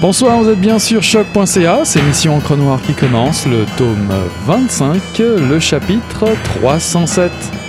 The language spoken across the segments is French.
Bonsoir, vous êtes bien sur choc.ca, c'est l'émission Encre Noire qui commence, le tome 25, le chapitre 307.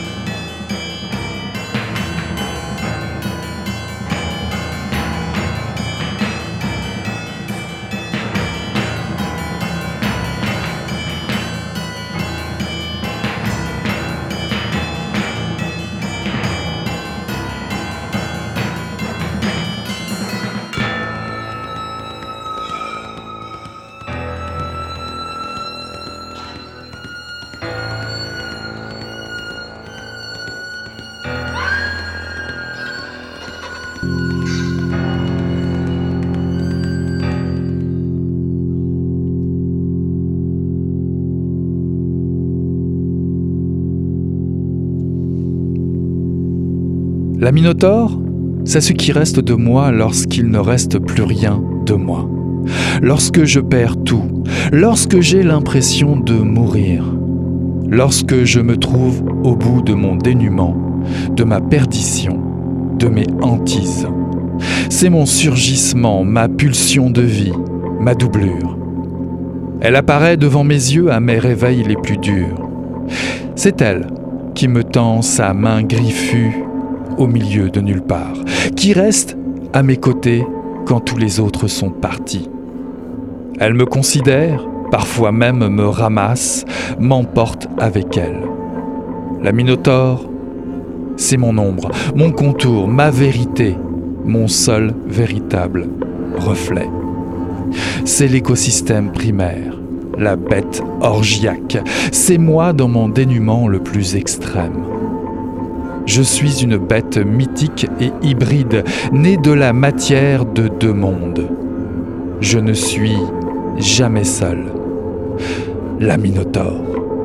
La Minotaure, c'est ce qui reste de moi lorsqu'il ne reste plus rien de moi. Lorsque je perds tout, lorsque j'ai l'impression de mourir, lorsque je me trouve au bout de mon dénuement, de ma perdition, de mes hantises. C'est mon surgissement, ma pulsion de vie, ma doublure. Elle apparaît devant mes yeux à mes réveils les plus durs. C'est elle qui me tend sa main griffue au milieu de nulle part, qui reste à mes côtés quand tous les autres sont partis. Elle me considère, parfois même me ramasse, m'emporte avec elle. La Minotaure, c'est mon ombre, mon contour, ma vérité, mon seul véritable reflet. C'est l'écosystème primaire, la bête orgiaque, c'est moi dans mon dénuement le plus extrême. Je suis une bête mythique et hybride, née de la matière de deux mondes. Je ne suis jamais seul. La Minotaure.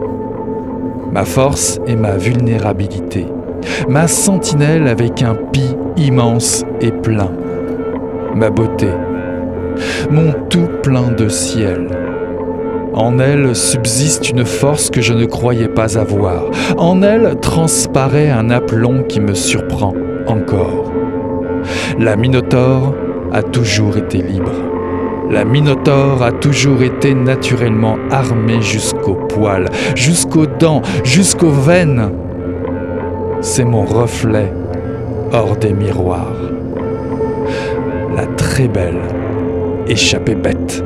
Ma force et ma vulnérabilité. Ma sentinelle avec un pis immense et plein. Ma beauté. Mon tout plein de ciel. En elle subsiste une force que je ne croyais pas avoir. En elle transparaît un aplomb qui me surprend encore. La Minotaure a toujours été libre. La Minotaure a toujours été naturellement armée jusqu'aux poils, jusqu'aux dents, jusqu'aux veines. C'est mon reflet hors des miroirs. La très belle échappée bête.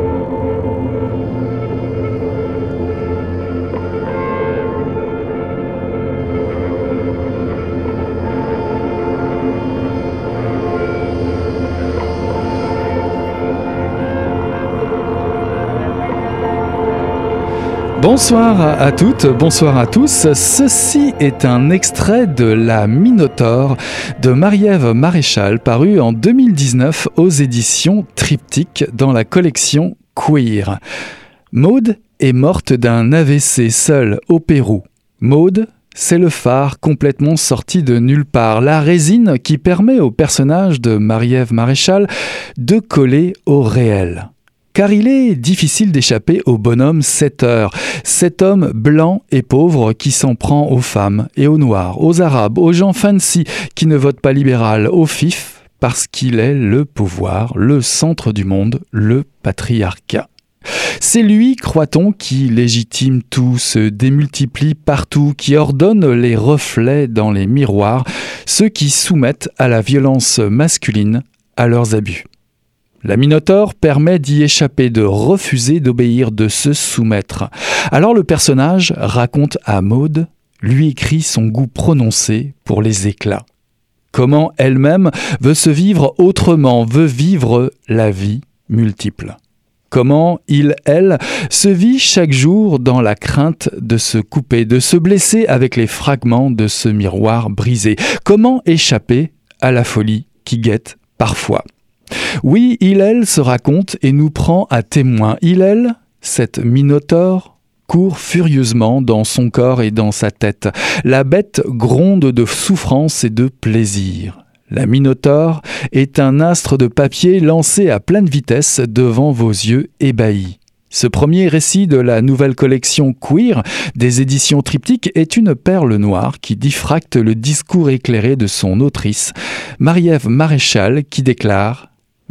Bonsoir à toutes, bonsoir à tous. Ceci est un extrait de La Minotaure de Marie-Ève Maréchal, paru en 2019 aux éditions Triptyque dans la collection Queer. Maude est morte d'un AVC seule au Pérou. Maude, c'est le phare complètement sorti de nulle part, la résine qui permet au personnage de Marie-Ève Maréchal de coller au réel. Car il est difficile d'échapper au bonhomme 7 heures, cet homme blanc et pauvre qui s'en prend aux femmes et aux noirs, aux arabes, aux gens fancy qui ne votent pas libéral, aux fifs, parce qu'il est le pouvoir, le centre du monde, le patriarcat. C'est lui, croit-on, qui légitime tout, se démultiplie partout, qui ordonne les reflets dans les miroirs, ceux qui soumettent à la violence masculine, à leurs abus. La Minotaure permet d'y échapper, de refuser d'obéir, de se soumettre. Alors le personnage raconte à Maude, lui écrit son goût prononcé pour les éclats. Comment elle-même veut se vivre autrement, veut vivre la vie multiple. Comment elle, se vit chaque jour dans la crainte de se couper, de se blesser avec les fragments de ce miroir brisé. Comment échapper à la folie qui guette parfois. Oui, elle se raconte et nous prend à témoin. Elle, cette Minotaure, court furieusement dans son corps et dans sa tête. La bête gronde de souffrance et de plaisir. La Minotaure est un astre de papier lancé à pleine vitesse devant vos yeux ébahis. Ce premier récit de la nouvelle collection Queer des éditions Triptyque est une perle noire qui diffracte le discours éclairé de son autrice, Marie-Ève Maréchal, qui déclare «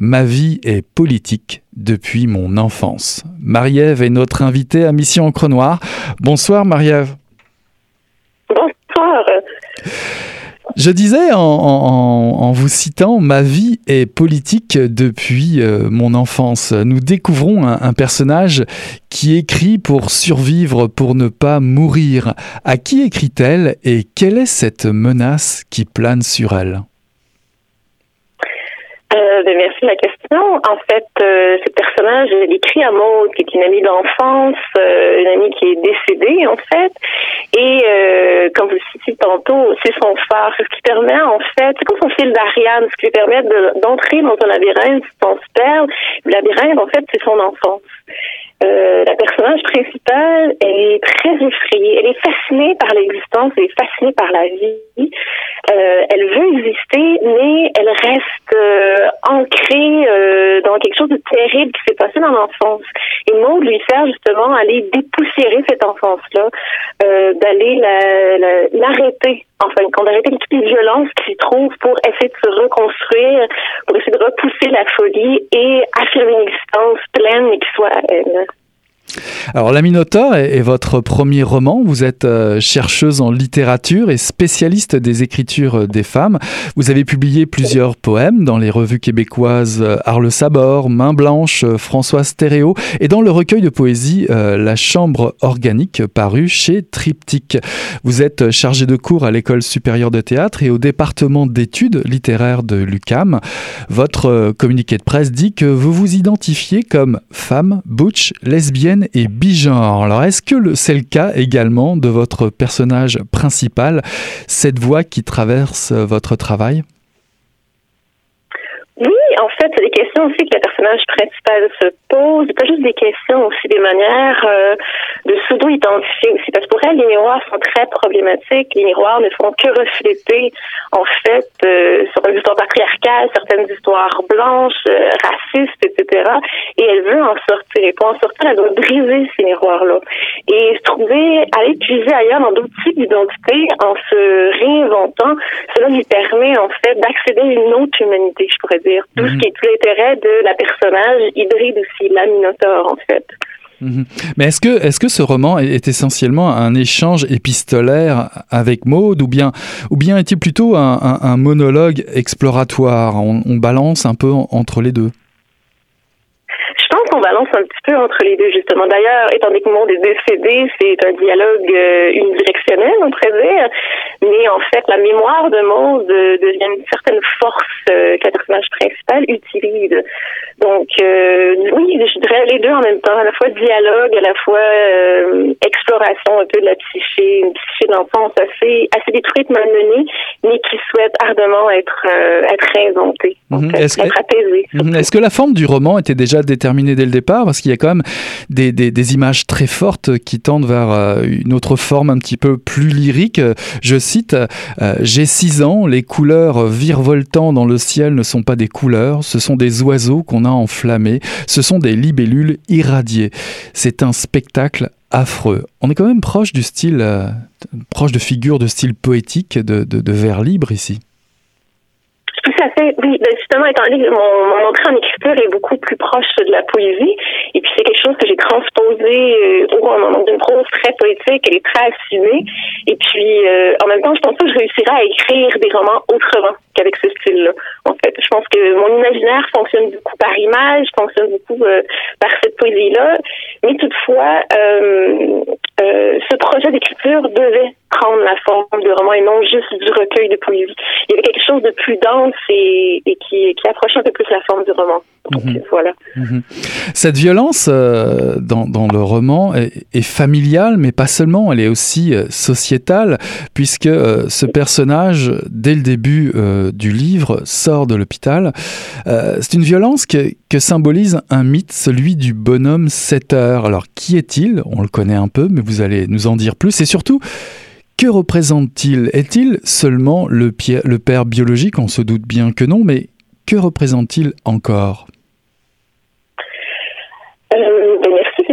Ma vie est politique depuis mon enfance. Marie-Ève est notre invitée à Mission Encre Noire. Bonsoir Marie-Ève. Bonsoir. Je disais en vous citant, ma vie est politique depuis mon enfance. Nous découvrons un personnage qui écrit pour survivre, pour ne pas mourir. À qui écrit-elle et quelle est cette menace qui plane sur elle ? Merci de la question. En fait, ce personnage, il écrit à Maud, qui est une amie d'enfance, une amie qui est décédée, en fait. Et comme vous le citiez tantôt, c'est son phare. C'est ce qui permet, en fait, c'est comme son fil d'Ariane, ce qui lui permet d'entrer dans un labyrinthe sans se perdre. Le labyrinthe, en fait, c'est son enfance. La personnage principale, elle est très effrayée. Elle est fascinée par l'existence, elle est fascinée par la vie. Elle veut exister, mais elle reste ancrée dans quelque chose de terrible qui s'est passé dans l'enfance. Et Maud lui sert justement à aller dépoussiérer cette enfance-là, d'aller l'arrêter, enfin, d'arrêter toutes les violences qu'il trouve pour essayer de se reconstruire, pour essayer de repousser la folie et affirmer une existence pleine et qui soit à elle. Alors, La Minotaure est votre premier roman. Vous êtes chercheuse en littérature et spécialiste des écritures des femmes. Vous avez publié plusieurs poèmes dans les revues québécoises Arle Sabor, Main Blanche, François Stéréo et dans le recueil de poésie La Chambre Organique paru chez Triptyque. Vous êtes chargée de cours à l'École supérieure de théâtre et au département d'études littéraires de l'UQAM. Votre communiqué de presse dit que vous vous identifiez comme femme, butch, lesbienne et bigenre. Alors, est-ce que c'est le cas également de votre personnage principal, cette voix qui traverse votre travail? Oui, en fait, c'est des questions aussi que le personnage principal se pose. Pas juste des questions, aussi des manières de pseudo-identifier aussi. Parce que pour elle, les miroirs sont très problématiques. Les miroirs ne font que refléter, en fait, certaines histoires patriarcales, certaines histoires blanches, racistes, etc. Et elle veut en sortir. Et pour en sortir, elle doit briser ces miroirs-là. Et se trouver, aller puiser ailleurs dans d'autres types d'identités en se réinventant, cela lui permet, en fait, d'accéder à une autre humanité, je pourrais dire. Tout ce qui est tout l'intérêt de la personnage hybride aussi, la Minotaure, en fait. Mais est-ce que ce roman est essentiellement un échange épistolaire avec Maud ou bien est-il plutôt un monologue exploratoire? On balance un peu entre les deux. Je pense qu'on balance un petit peu entre les deux, justement. D'ailleurs, étant donné que Maud est décédée, c'est un dialogue unidirectionnel, on pourrait dire. Mais en fait, la mémoire de Maud devient une certaine force que le personnage principal utilise. Donc, oui, je dirais les deux en même temps. À la fois dialogue, à la fois exploration un peu de la psyché, une psyché d'enfance assez détruite, malmenée, mais qui souhaite ardemment être réinventée, être apaisée. Est-ce que la forme du roman était déjà déterminée dès le départ? Parce qu'il y a quand même des images très fortes qui tendent vers une autre forme un petit peu plus lyrique. Je cite « J'ai 6 ans, les couleurs virevoltant dans le ciel ne sont pas des couleurs, ce sont des oiseaux qu'on a enflammés, ce sont des libellules irradiées. C'est un spectacle affreux. » On est quand même proche du style, proche de figures de style poétique, de vers libre ici. Tout à fait, oui. Justement, étant donné que mon entrée en écriture est beaucoup plus proche de la poésie, et puis c'est quelque chose que j'ai transposé dans une prose très poétique, elle est très assumée, et puis en même temps, je pense pas que je réussirai à écrire des romans autrement qu'avec ce style-là. En fait, je pense que mon imaginaire fonctionne beaucoup par image, fonctionne beaucoup par cette poésie-là, mais toutefois, ce projet d'écriture devait prendre la forme de roman et non juste du recueil de poésie. Il y avait quelque chose de plus dense et qui approchait un peu plus la forme du roman. Donc, voilà. Cette violence dans le roman est familiale, mais pas seulement, elle est aussi sociétale, puisque ce personnage, dès le début du livre, sort de l'hôpital. C'est une violence que symbolise un mythe, celui du bonhomme 7 heures. Alors, qui est-il? On le connaît un peu, mais vous allez nous en dire plus. Et surtout, que représente-t-il? Est-il seulement le père biologique? On se doute bien que non, mais que représente-t-il encore? Merci de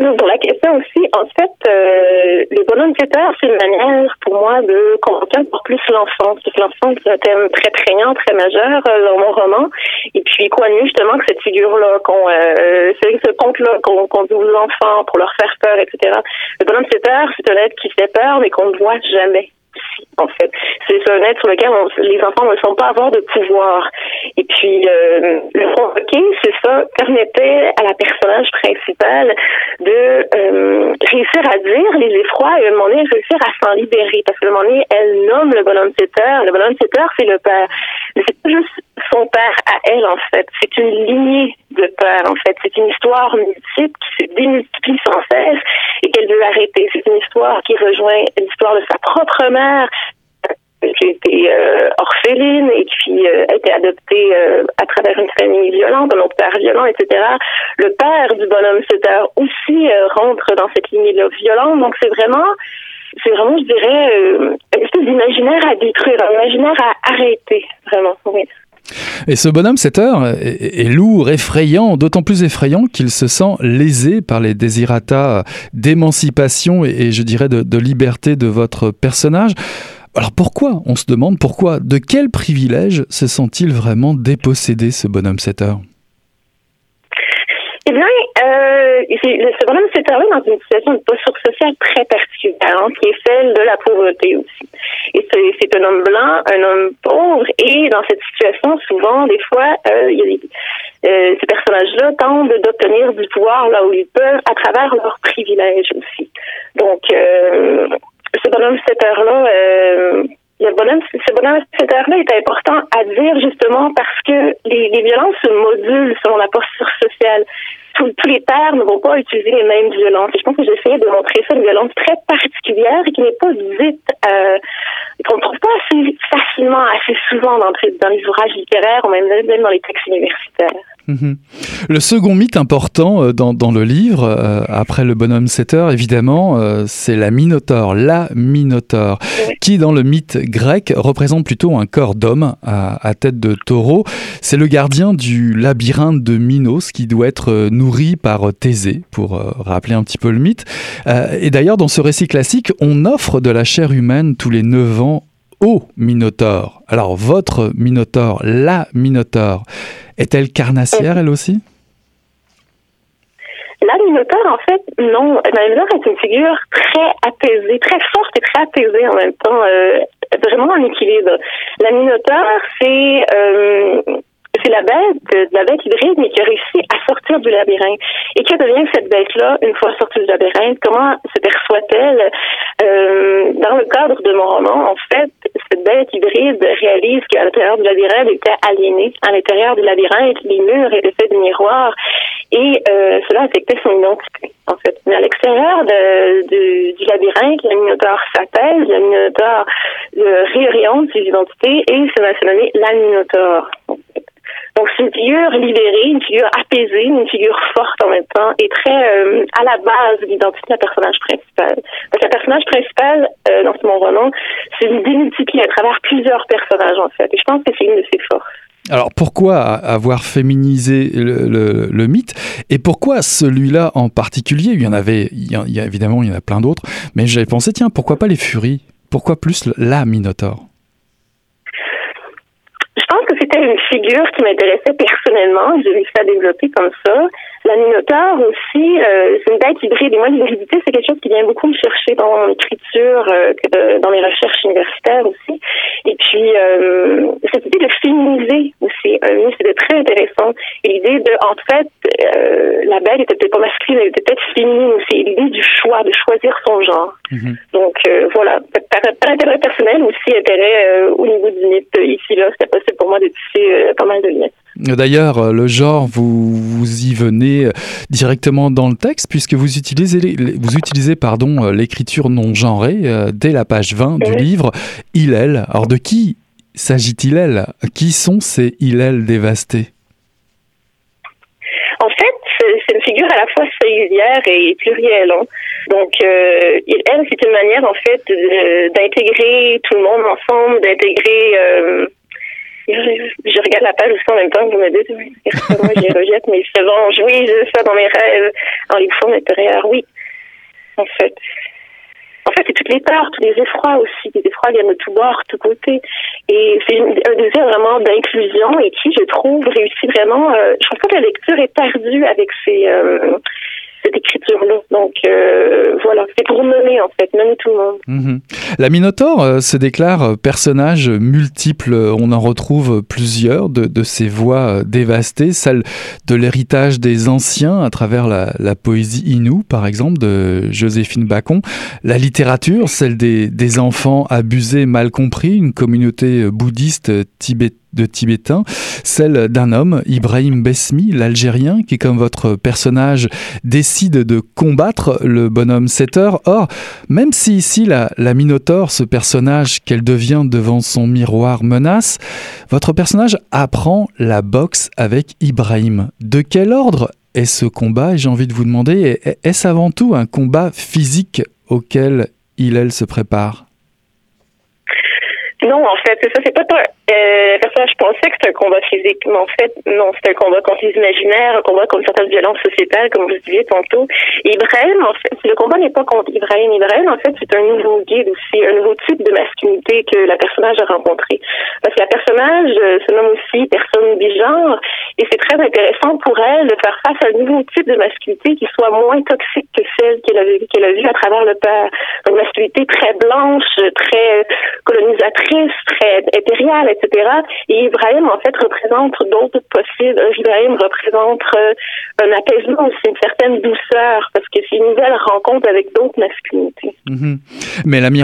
Pour la question aussi, en fait, le bonhomme fêteur, c'est une manière pour moi de convoquer encore plus l'enfance. Parce que l'enfance, c'est un thème très prégnant, très majeur dans mon roman. Et puis, quoi de mieux justement que cette figure-là, c'est ce conte-là qu'on dit aux enfants pour leur faire peur, etc. Le bonhomme fêteur, c'est un être qui fait peur, mais qu'on ne voit jamais. En fait, c'est un être sur lequel les enfants ne sont pas avoir de pouvoir. Et puis, le convoquer, c'est ça, permettait à la personnage principale de réussir à dire les effrois et à un moment donné réussir à s'en libérer. Parce que à un moment donné, elle nomme le bonhomme fêteur. Le bonhomme fêteur, c'est le père. Mais c'est pas juste son père à elle, en fait. C'est une lignée de père, en fait. C'est une histoire multiple qui se démultiplie sans cesse et qu'elle veut arrêter. C'est une histoire qui rejoint l'histoire de sa propre mère, qui a été orpheline et qui a été adoptée à travers une famille violente, un autre père violent, etc. Le père du bonhomme fêteur aussi rentre dans cette lignée-là violente. Donc c'est vraiment, je dirais, une espèce d'imaginaire à détruire, un imaginaire à arrêter, vraiment, oui. Et ce bonhomme fêteur est lourd, effrayant, d'autant plus effrayant qu'il se sent lésé par les désirata d'émancipation et je dirais de liberté de votre personnage. Alors pourquoi, on se demande pourquoi, de quel privilège se sent-il vraiment dépossédé, ce bonhomme fêteur? Eh bien, ce bonhomme fêteur est dans une situation de posture sociale très particulière, qui est celle de la pauvreté aussi. Et c'est un homme blanc, un homme pauvre, et dans cette situation, souvent, des fois, ces personnages-là tentent d'obtenir du pouvoir là où ils peuvent, à travers leurs privilèges aussi. Donc, ce bonhomme fêteur-là, ce bonhomme fêteur-là est important à dire justement parce que les violences se modulent selon la posture sociale. Tous les pères ne vont pas utiliser les mêmes violences. Et je pense que j'essayais de montrer ça, une violence très particulière et qui n'est pas dite, qu'on ne trouve pas assez facilement, assez souvent dans les ouvrages littéraires ou même dans les textes universitaires. Le second mythe important dans le livre, après le bonhomme fêteur, évidemment, c'est la Minotaure, oui. Qui dans le mythe grec représente plutôt un corps d'homme à tête de taureau. C'est le gardien du labyrinthe de Minos qui doit être nourri par Thésée, pour rappeler un petit peu le mythe. Et d'ailleurs, dans ce récit classique, on offre de la chair humaine tous les 9 ans au Minotaure. Alors, votre Minotaure, la Minotaure, est-elle carnassière, elle aussi? La Minotaure, en fait, non. La Minotaure est une figure très apaisée, très forte et très apaisée en même temps, vraiment en équilibre. La Minotaure, c'est la bête hybride, mais qui a réussi à sortir du labyrinthe. Et que devient cette bête-là, une fois sortie du labyrinthe? Comment se perçoit-elle? Dans le cadre de mon roman, en fait, cette bête hybride réalise qu'à l'intérieur du labyrinthe, elle était aliénée. À l'intérieur du labyrinthe, les murs étaient faits de miroirs. Et cela affectait son identité, en fait. Mais à l'extérieur du labyrinthe, la Minotaure s'apaise, la Minotaure réoriente ses identités et ça va se nommer la Minotaure. Donc, c'est une figure libérée, une figure apaisée, une figure forte en même temps et très à la base de l'identité de la personnage principal. Donc, le personnage principal, dans mon roman, se démultiplie à travers plusieurs personnages, en fait. Et je pense que c'est une de ses forces. Alors, pourquoi avoir féminisé le mythe? Et pourquoi celui-là en particulier? Il y a évidemment, il y en a plein d'autres. Mais j'avais pensé, tiens, pourquoi pas les Furies? Pourquoi plus la Minotaure? Je pense que c'était une figure qui m'intéressait personnellement. J'ai réussi à développer comme ça. La Minotaure aussi, c'est une bête hybride. Et moi, l'hybridité, c'est quelque chose qui vient beaucoup me chercher dans mon écriture, dans mes recherches universitaires aussi. Et puis, cette idée de féminiser aussi, c'était très intéressant. Et l'idée de, en fait, la bête était peut-être pas masculine, elle était peut-être féminine aussi. Et l'idée du choix, de choisir son genre. Mm-hmm. Donc, voilà. Par intérêt personnel aussi, intérêt au niveau du mythe ici, là, c'était possible pour moi de tisser pas mal de liens. D'ailleurs, le genre, vous y venez directement dans le texte puisque vous utilisez l'écriture non genrée dès la page 20 du livre « Il-elle ». Alors de qui s'agit-il, elle? Qui sont ces il-elle dévastés? En fait, c'est une figure à la fois singulière et plurielle. Donc, il-elle, c'est une manière en fait d'intégrer tout le monde ensemble, d'intégrer Je regarde la page aussi en même temps que vous me dites, oui, moi, je les rejette, mais c'est bon, oui, je ça dans mes rêves, en les formes intérieures, oui, en fait. En fait, c'est toutes les peurs, tous les effrois aussi. Les effrois viennent de tous bords, de tous côtés. Et c'est un désir vraiment d'inclusion et qui, je trouve, réussit vraiment. Je pense pas que la lecture est perdue avec cette écriture-là. Donc, voilà. C'est pour mener, en fait, mener tout le monde. Mmh. La Minotaure se déclare personnage multiple. On en retrouve plusieurs de ces voix dévastées. Celle de l'héritage des anciens à travers la poésie Innu, par exemple, de Joséphine Bacon. La littérature, celle des enfants abusés, mal compris, une communauté bouddhiste de Tibétains, celle d'un homme, Ibrahim Besmi, l'Algérien, qui, comme votre personnage, décide de combattre le bonhomme 7 heures. Or, même si ici la Minotaure, ce personnage qu'elle devient devant son miroir, menace, votre personnage apprend la boxe avec Ibrahim. De quel ordre est ce combat ? Et j'ai envie de vous demander, est-ce avant tout un combat physique auquel elle se prépare ? Non, en fait, c'est ça, c'est pas le personnage pensait que c'était un combat physique, mais en fait, non, c'est un combat contre les imaginaires, un combat contre certaines violences sociétales, comme vous disiez tantôt. Ibrahim, en fait, le combat n'est pas contre Ibrahim. Ibrahim, en fait, c'est un nouveau guide aussi, un nouveau type de masculinité que la personnage a rencontré. Parce que la personnage se nomme aussi personne bigenre, et c'est très intéressant pour elle de faire face à un nouveau type de masculinité qui soit moins toxique que celle qu'elle a vue à travers le père. Une masculinité très blanche, très colonisatrice, très impériale, etc. Et Ibrahim, en fait, représente d'autres possibles. Ibrahim représente un apaisement aussi, une certaine douceur, parce que c'est une nouvelle rencontre avec d'autres masculinités. Mmh. Mais la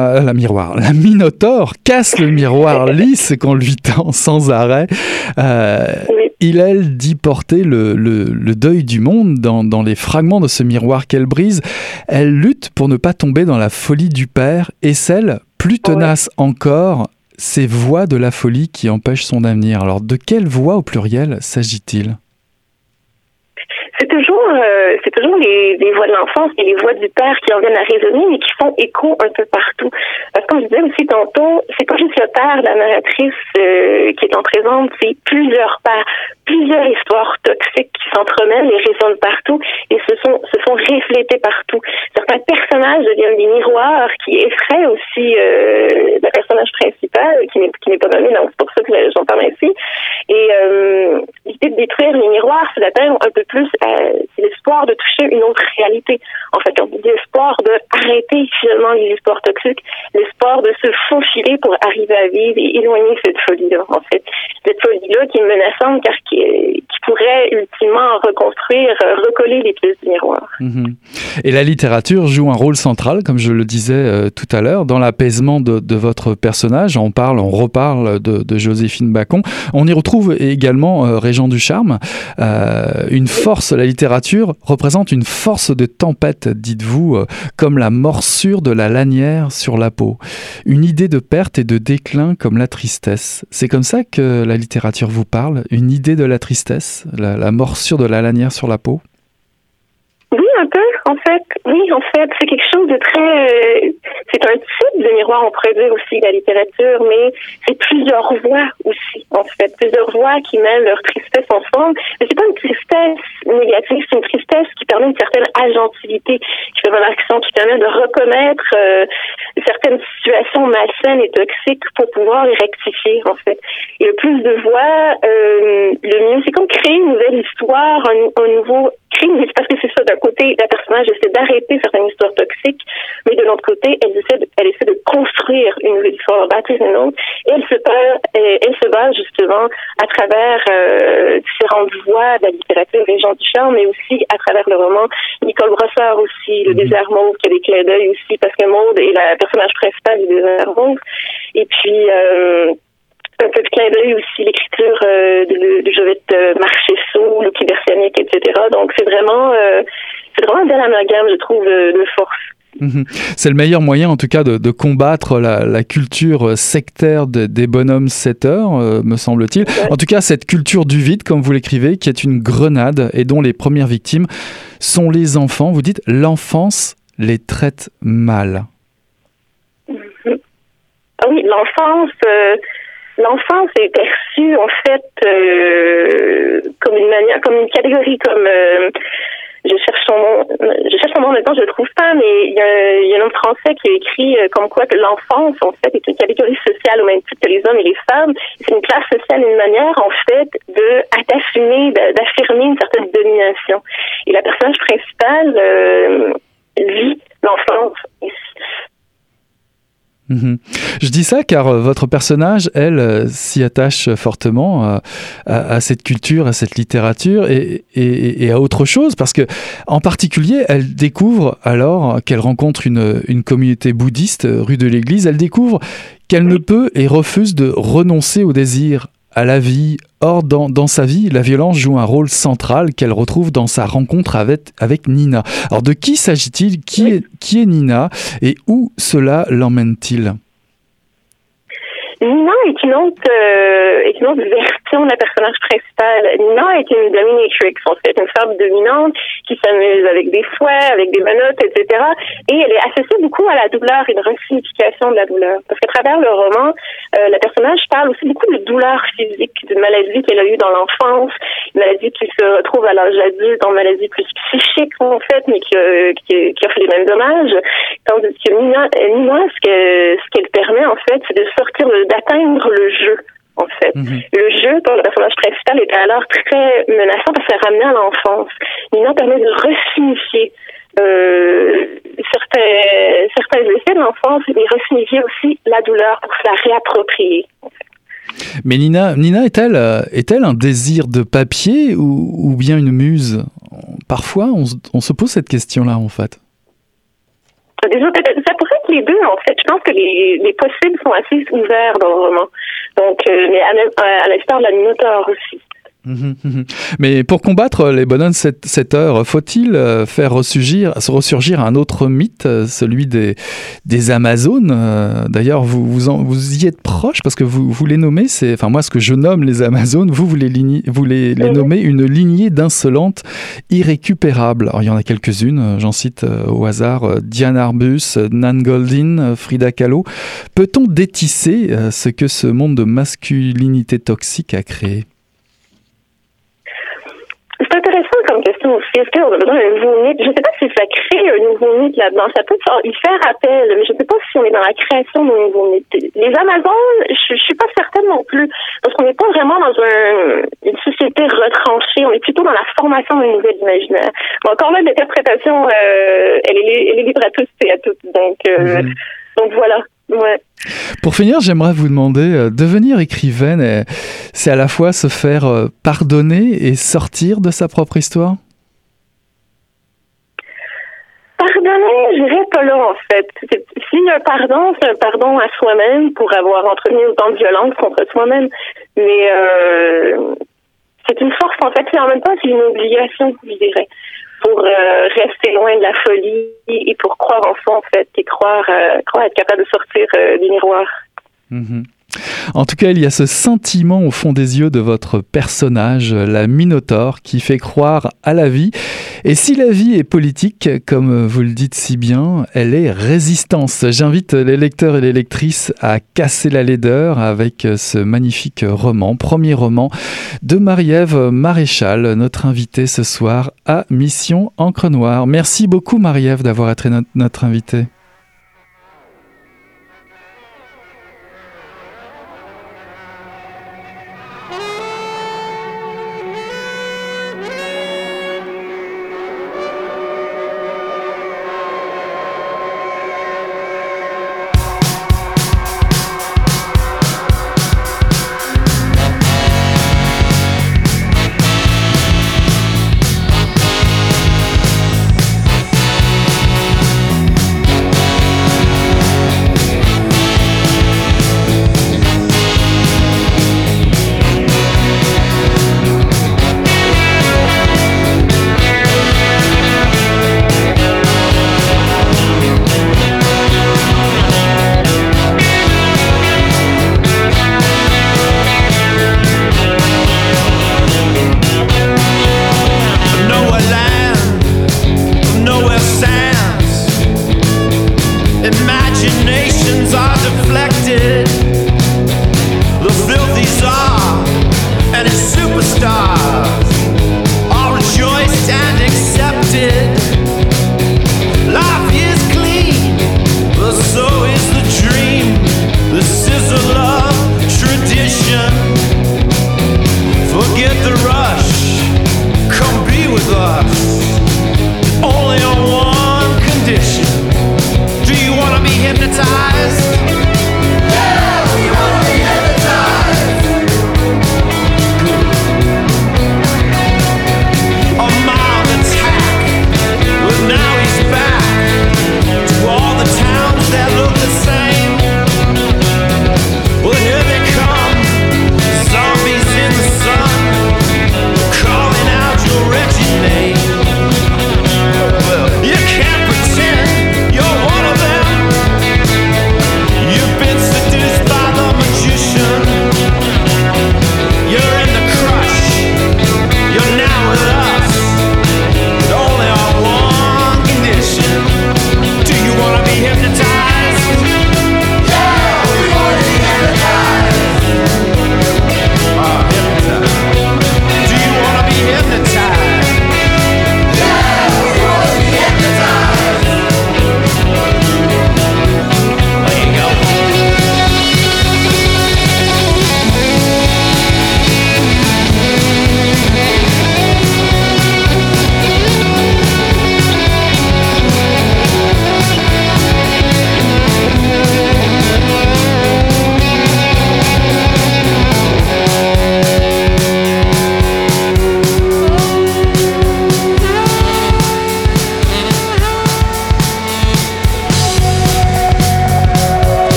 Minotaure casse le miroir lisse qu'on lui tend sans arrêt. Oui. Elle dit porter le deuil du monde dans les fragments de ce miroir qu'elle brise. Elle lutte pour ne pas tomber dans la folie du père et celle, plus tenace encore, ces voix de la folie qui empêchent son avenir. Alors, de quelle voix au pluriel s'agit-il ? C'est toujours les voix de l'enfance et les voix du père qui en viennent à résonner, mais qui font écho un peu partout. Parce que comme je disais aussi tantôt, c'est pas juste le père de la narratrice qui est en présence, c'est plusieurs pères, plusieurs histoires toxiques qui s'entremêlent et résonnent partout et se sont reflétés partout. Certains personnages deviennent des miroirs qui effraient aussi le personnage principal, qui n'est pas nommé, donc c'est pour ça que j'en parle ainsi. Et l'idée de détruire les miroirs, c'est d'atteindre un peu plus c'est l'espoir de toucher une autre réalité. En fait, on dit l'espoir d'arrêter finalement les histoires toxiques, l'espoir de se faufiler pour arriver à vivre et éloigner cette folie-là, en fait. Cette folie-là qui est menaçante car qui pourrait ultimement recoller les pièces du miroir. Mmh. Et la littérature joue un rôle central, comme je le disais tout à l'heure, dans l'apaisement de votre personnage. On reparle de Joséphine Bacon. On y retrouve également Régent Ducharme. Une force, la littérature représente une force de tempête, dites-vous, comme la morsure de la lanière sur la peau. Une idée de perte et de déclin comme la tristesse. C'est comme ça que la littérature vous parle ? Une idée de la tristesse, la morsure de la lanière sur la peau ? Oui, un peu, en fait. Oui, en fait, c'est quelque chose de très... c'est un type de miroir, on pourrait dire aussi, la littérature, mais c'est plusieurs voix aussi, en fait. Plusieurs voix qui mêlent leur tristesse ensemble. Mais c'est pas une tristesse négative, c'est une tristesse qui permet une certaine agentivité, qui fait l'action, qui permet de reconnaître certaines situations malsaines et toxiques pour pouvoir les rectifier, en fait. Et le plus de voix, le mieux, c'est comme créer une nouvelle histoire, un nouveau crime, parce que c'est ça, d'un côté, la personnage essaie d'arrêter certaines histoires toxiques, mais de l'autre côté, elle essaie de construire une nouvelle histoire, bâtir une autre, et elle se base justement à travers différentes voies de la littérature Régent Ducharme, mais aussi à travers le roman Nicole Brossard aussi, Le désert mauve, qui a des clins d'œil aussi, parce que Maude est la personnage principal du désert mauve, et puis un peu de clin d'œil aussi, l'écriture de Jovette Marchesso, le Versianique, etc. Donc c'est vraiment un bel amalgame, je trouve, de force. C'est le meilleur moyen, en tout cas, de combattre la culture sectaire des bonhommes 7 heures, me semble-t-il. Ouais. En tout cas, cette culture du vide, comme vous l'écrivez, qui est une grenade et dont les premières victimes sont les enfants. Vous dites, l'enfance les traite mal. Ah oui, l'enfance... l'enfance est perçue en fait comme une catégorie, comme je cherche son nom maintenant, je le trouve pas, mais il y a un homme français qui a écrit comme quoi que l'enfance en fait est une catégorie sociale au même titre que les hommes et les femmes. C'est une classe sociale, une manière en fait d'affirmer une certaine domination. Et la personnage principale vit l'enfance ici. Je dis ça car votre personnage, elle, s'y attache fortement à cette culture, à cette littérature et à autre chose, parce que en particulier, elle découvre alors qu'elle rencontre une communauté bouddhiste rue de l'Église, elle découvre qu'elle ne peut et refuse de renoncer au désir, à la vie. Or, dans sa vie, la violence joue un rôle central qu'elle retrouve dans sa rencontre avec Nina. Alors, de qui s'agit-il ? Qui est Nina et où cela l'emmène-t-il ? Nina est une autre version de la personnage principale. Nina est une dominatrix, en fait, une femme dominante qui s'amuse avec des fouets, avec des menottes, etc. Et elle est associée beaucoup à la douleur et une resignification de la douleur. Parce qu'à travers le roman, la personnage parle aussi beaucoup de douleur physique, d'une maladie qu'elle a eue dans l'enfance, une maladie qui se retrouve à l'âge adulte, une maladie plus psychique, en fait, mais qui a fait les mêmes dommages. Tandis que Nina, ce qu'elle permet, en fait, c'est de sortir d'atteindre le jeu, en fait. Le jeu, pour le personnage principal, était alors très menaçant parce que ça ramenait à l'enfance. Nina permet de resignifier certains effets de l'enfance et de resignifier aussi la douleur pour se la réapproprier. En fait. Mais Nina est-elle un désir de papier ou bien une muse ? Parfois, on se pose cette question-là, en fait. Ça pourrait être les deux, en fait. Je pense que les possibles sont assez ouverts dans le roman. Donc, mais à l'instar de la Minotaure aussi. Mais pour combattre les bonhommes 7 heures, faut-il faire ressurgir un autre mythe, celui des Amazones ? D'ailleurs, vous y êtes proche parce que vous les nommez, moi ce que je nomme les Amazones, vous les nommez une lignée d'insolentes irrécupérables. Alors il y en a quelques-unes, j'en cite au hasard Diane Arbus, Nan Goldin, Frida Kahlo. Peut-on détisser ce que ce monde de masculinité toxique a créé ? C'est intéressant comme question aussi. Est-ce qu'on a besoin d'un nouveau mythe? Je ne sais pas si ça crée un nouveau mythe là-dedans. Ça peut y faire appel, mais je ne sais pas si on est dans la création d'un nouveau mythe. Les Amazones, je ne suis pas certaine non plus, parce qu'on n'est pas vraiment dans une société retranchée. On est plutôt dans la formation d'un nouvel imaginaire. Mais encore là, l'interprétation, elle est libre à tous et à toutes. Donc voilà. Ouais. Pour finir, j'aimerais vous demander, devenir écrivaine, c'est à la fois se faire pardonner et sortir de sa propre histoire ? Pardonner, je dirais pas là, en fait. S'il y a un pardon, c'est un pardon à soi-même pour avoir entretenu autant de violence contre soi-même. Mais c'est une force, en fait. Et en même temps, c'est une obligation, je dirais, pour rester loin de la folie et pour croire en soi, en fait, et croire être capable de sortir du miroir. En tout cas, il y a ce sentiment au fond des yeux de votre personnage, la Minotaure, qui fait croire à la vie. Et si la vie est politique, comme vous le dites si bien, elle est résistance. J'invite les lecteurs et les lectrices à casser la laideur avec ce magnifique roman, premier roman de Marie-Ève Maréchal, notre invitée ce soir à Mission Encre Noire. Merci beaucoup Marie-Ève d'avoir été notre invitée.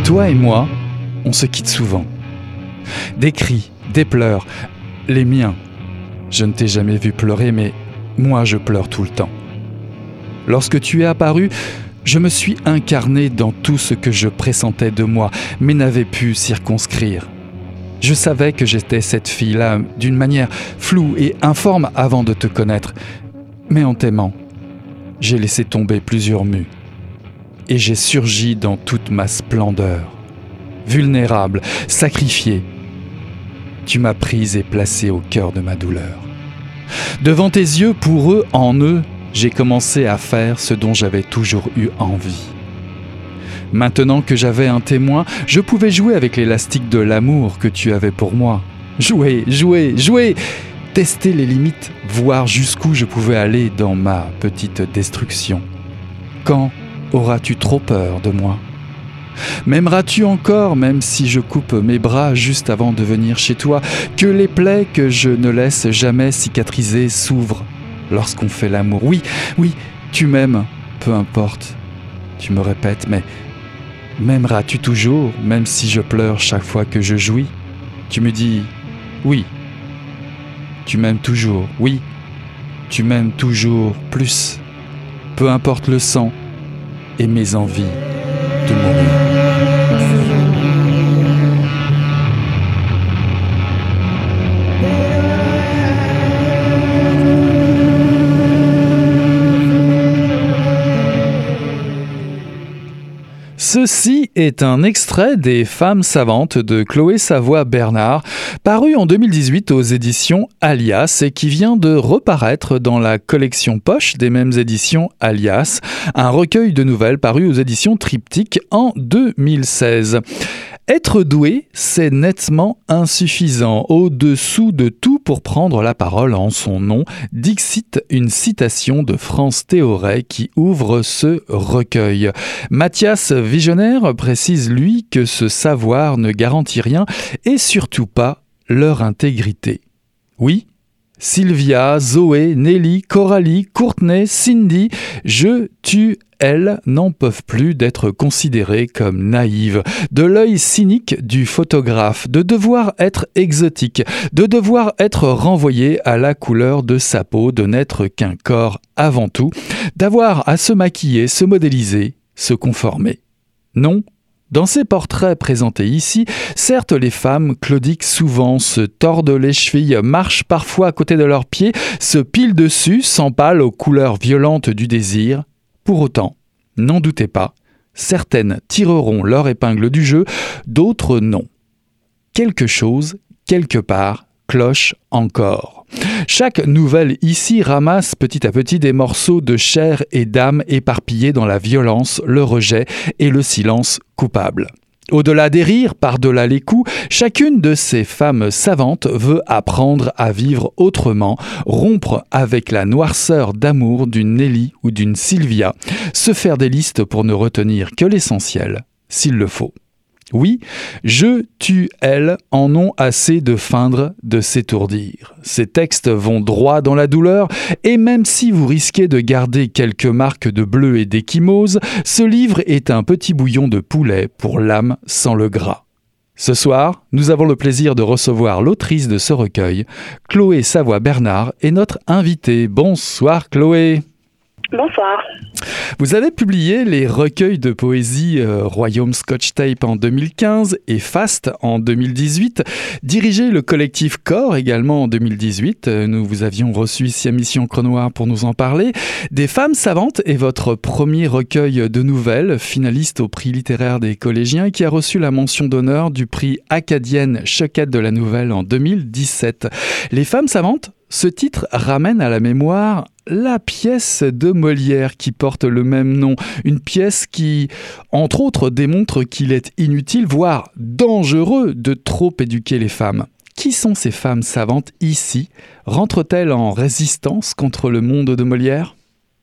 Toi et moi, on se quitte souvent. Des cris, des pleurs, les miens. Je ne t'ai jamais vu pleurer, mais moi je pleure tout le temps. Lorsque tu es apparu, je me suis incarné dans tout ce que je pressentais de moi, mais n'avais pu circonscrire. Je savais que j'étais cette fille-là d'une manière floue et informe avant de te connaître, mais en t'aimant, j'ai laissé tomber plusieurs mues et j'ai surgi dans toute ma splendeur. Vulnérable, sacrifié, tu m'as prise et placée au cœur de ma douleur. Devant tes yeux, pour eux, en eux, j'ai commencé à faire ce dont j'avais toujours eu envie. Maintenant que j'avais un témoin, je pouvais jouer avec l'élastique de l'amour que tu avais pour moi. Jouer, jouer, jouer, tester les limites, voir jusqu'où je pouvais aller dans ma petite destruction. Quand auras-tu trop peur de moi ? M'aimeras-tu encore, même si je coupe mes bras juste avant de venir chez toi, que les plaies que je ne laisse jamais cicatriser s'ouvrent lorsqu'on fait l'amour ? Oui, oui, tu m'aimes, peu importe. Tu me répètes, mais m'aimeras-tu toujours, même si je pleure chaque fois que je jouis ? Tu me dis, oui. Tu m'aimes toujours, oui. Tu m'aimes toujours plus. Peu importe le sang et mes envies de mourir. Ceci est un extrait des Femmes savantes de Chloé Savoie-Bernard, paru en 2018 aux éditions Alias et qui vient de reparaître dans la collection poche des mêmes éditions Alias, un recueil de nouvelles paru aux éditions Triptyque en 2016. Être doué, c'est nettement insuffisant, au-dessous de tout pour prendre la parole en son nom, dixit une citation de France Théoret qui ouvre ce recueil. Mathias Vigenère précise lui que ce savoir ne garantit rien et surtout pas leur intégrité. Oui, Sylvia, Zoé, Nelly, Coralie, Courtney, Cindy, elles n'en peuvent plus d'être considérées comme naïves, de l'œil cynique du photographe, de devoir être exotique, de devoir être renvoyées à la couleur de sa peau, de n'être qu'un corps avant tout, d'avoir à se maquiller, se modéliser, se conformer. Non. Dans ces portraits présentés ici, certes les femmes claudiquent souvent, se tordent les chevilles, marchent parfois à côté de leurs pieds, se pilent dessus, s'empalent aux couleurs violentes du désir. Pour autant, n'en doutez pas, certaines tireront leur épingle du jeu, d'autres non. Quelque chose, quelque part, cloche encore. Chaque nouvelle ici ramasse petit à petit des morceaux de chair et d'âme éparpillés dans la violence, le rejet et le silence coupable. Au-delà des rires, par-delà les coups, chacune de ces femmes savantes veut apprendre à vivre autrement, rompre avec la noirceur d'amour d'une Nelly ou d'une Sylvia, se faire des listes pour ne retenir que l'essentiel, s'il le faut. Oui, elles en ont assez de feindre, de s'étourdir. Ces textes vont droit dans la douleur, et même si vous risquez de garder quelques marques de bleu et d'échymose, ce livre est un petit bouillon de poulet pour l'âme sans le gras. Ce soir, nous avons le plaisir de recevoir l'autrice de ce recueil, Chloé Savoie-Bernard, est notre invitée. Bonsoir Chloé. Bonsoir. Vous avez publié les recueils de poésie Royaume Scotch Tape en 2015 et Fast en 2018, dirigé le collectif Corps également en 2018. Nous vous avions reçu ici à Mission Crenoir pour nous en parler. Des Femmes savantes est votre premier recueil de nouvelles, finaliste au prix littéraire des collégiens, qui a reçu la mention d'honneur du prix acadienne Choquette de la Nouvelle en 2017. Les Femmes savantes, ce titre ramène à la mémoire la pièce de Molière qui porte le même nom. Une pièce qui, entre autres, démontre qu'il est inutile, voire dangereux, de trop éduquer les femmes. Qui sont ces femmes savantes ici ? Rentrent-elles en résistance contre le monde de Molière ?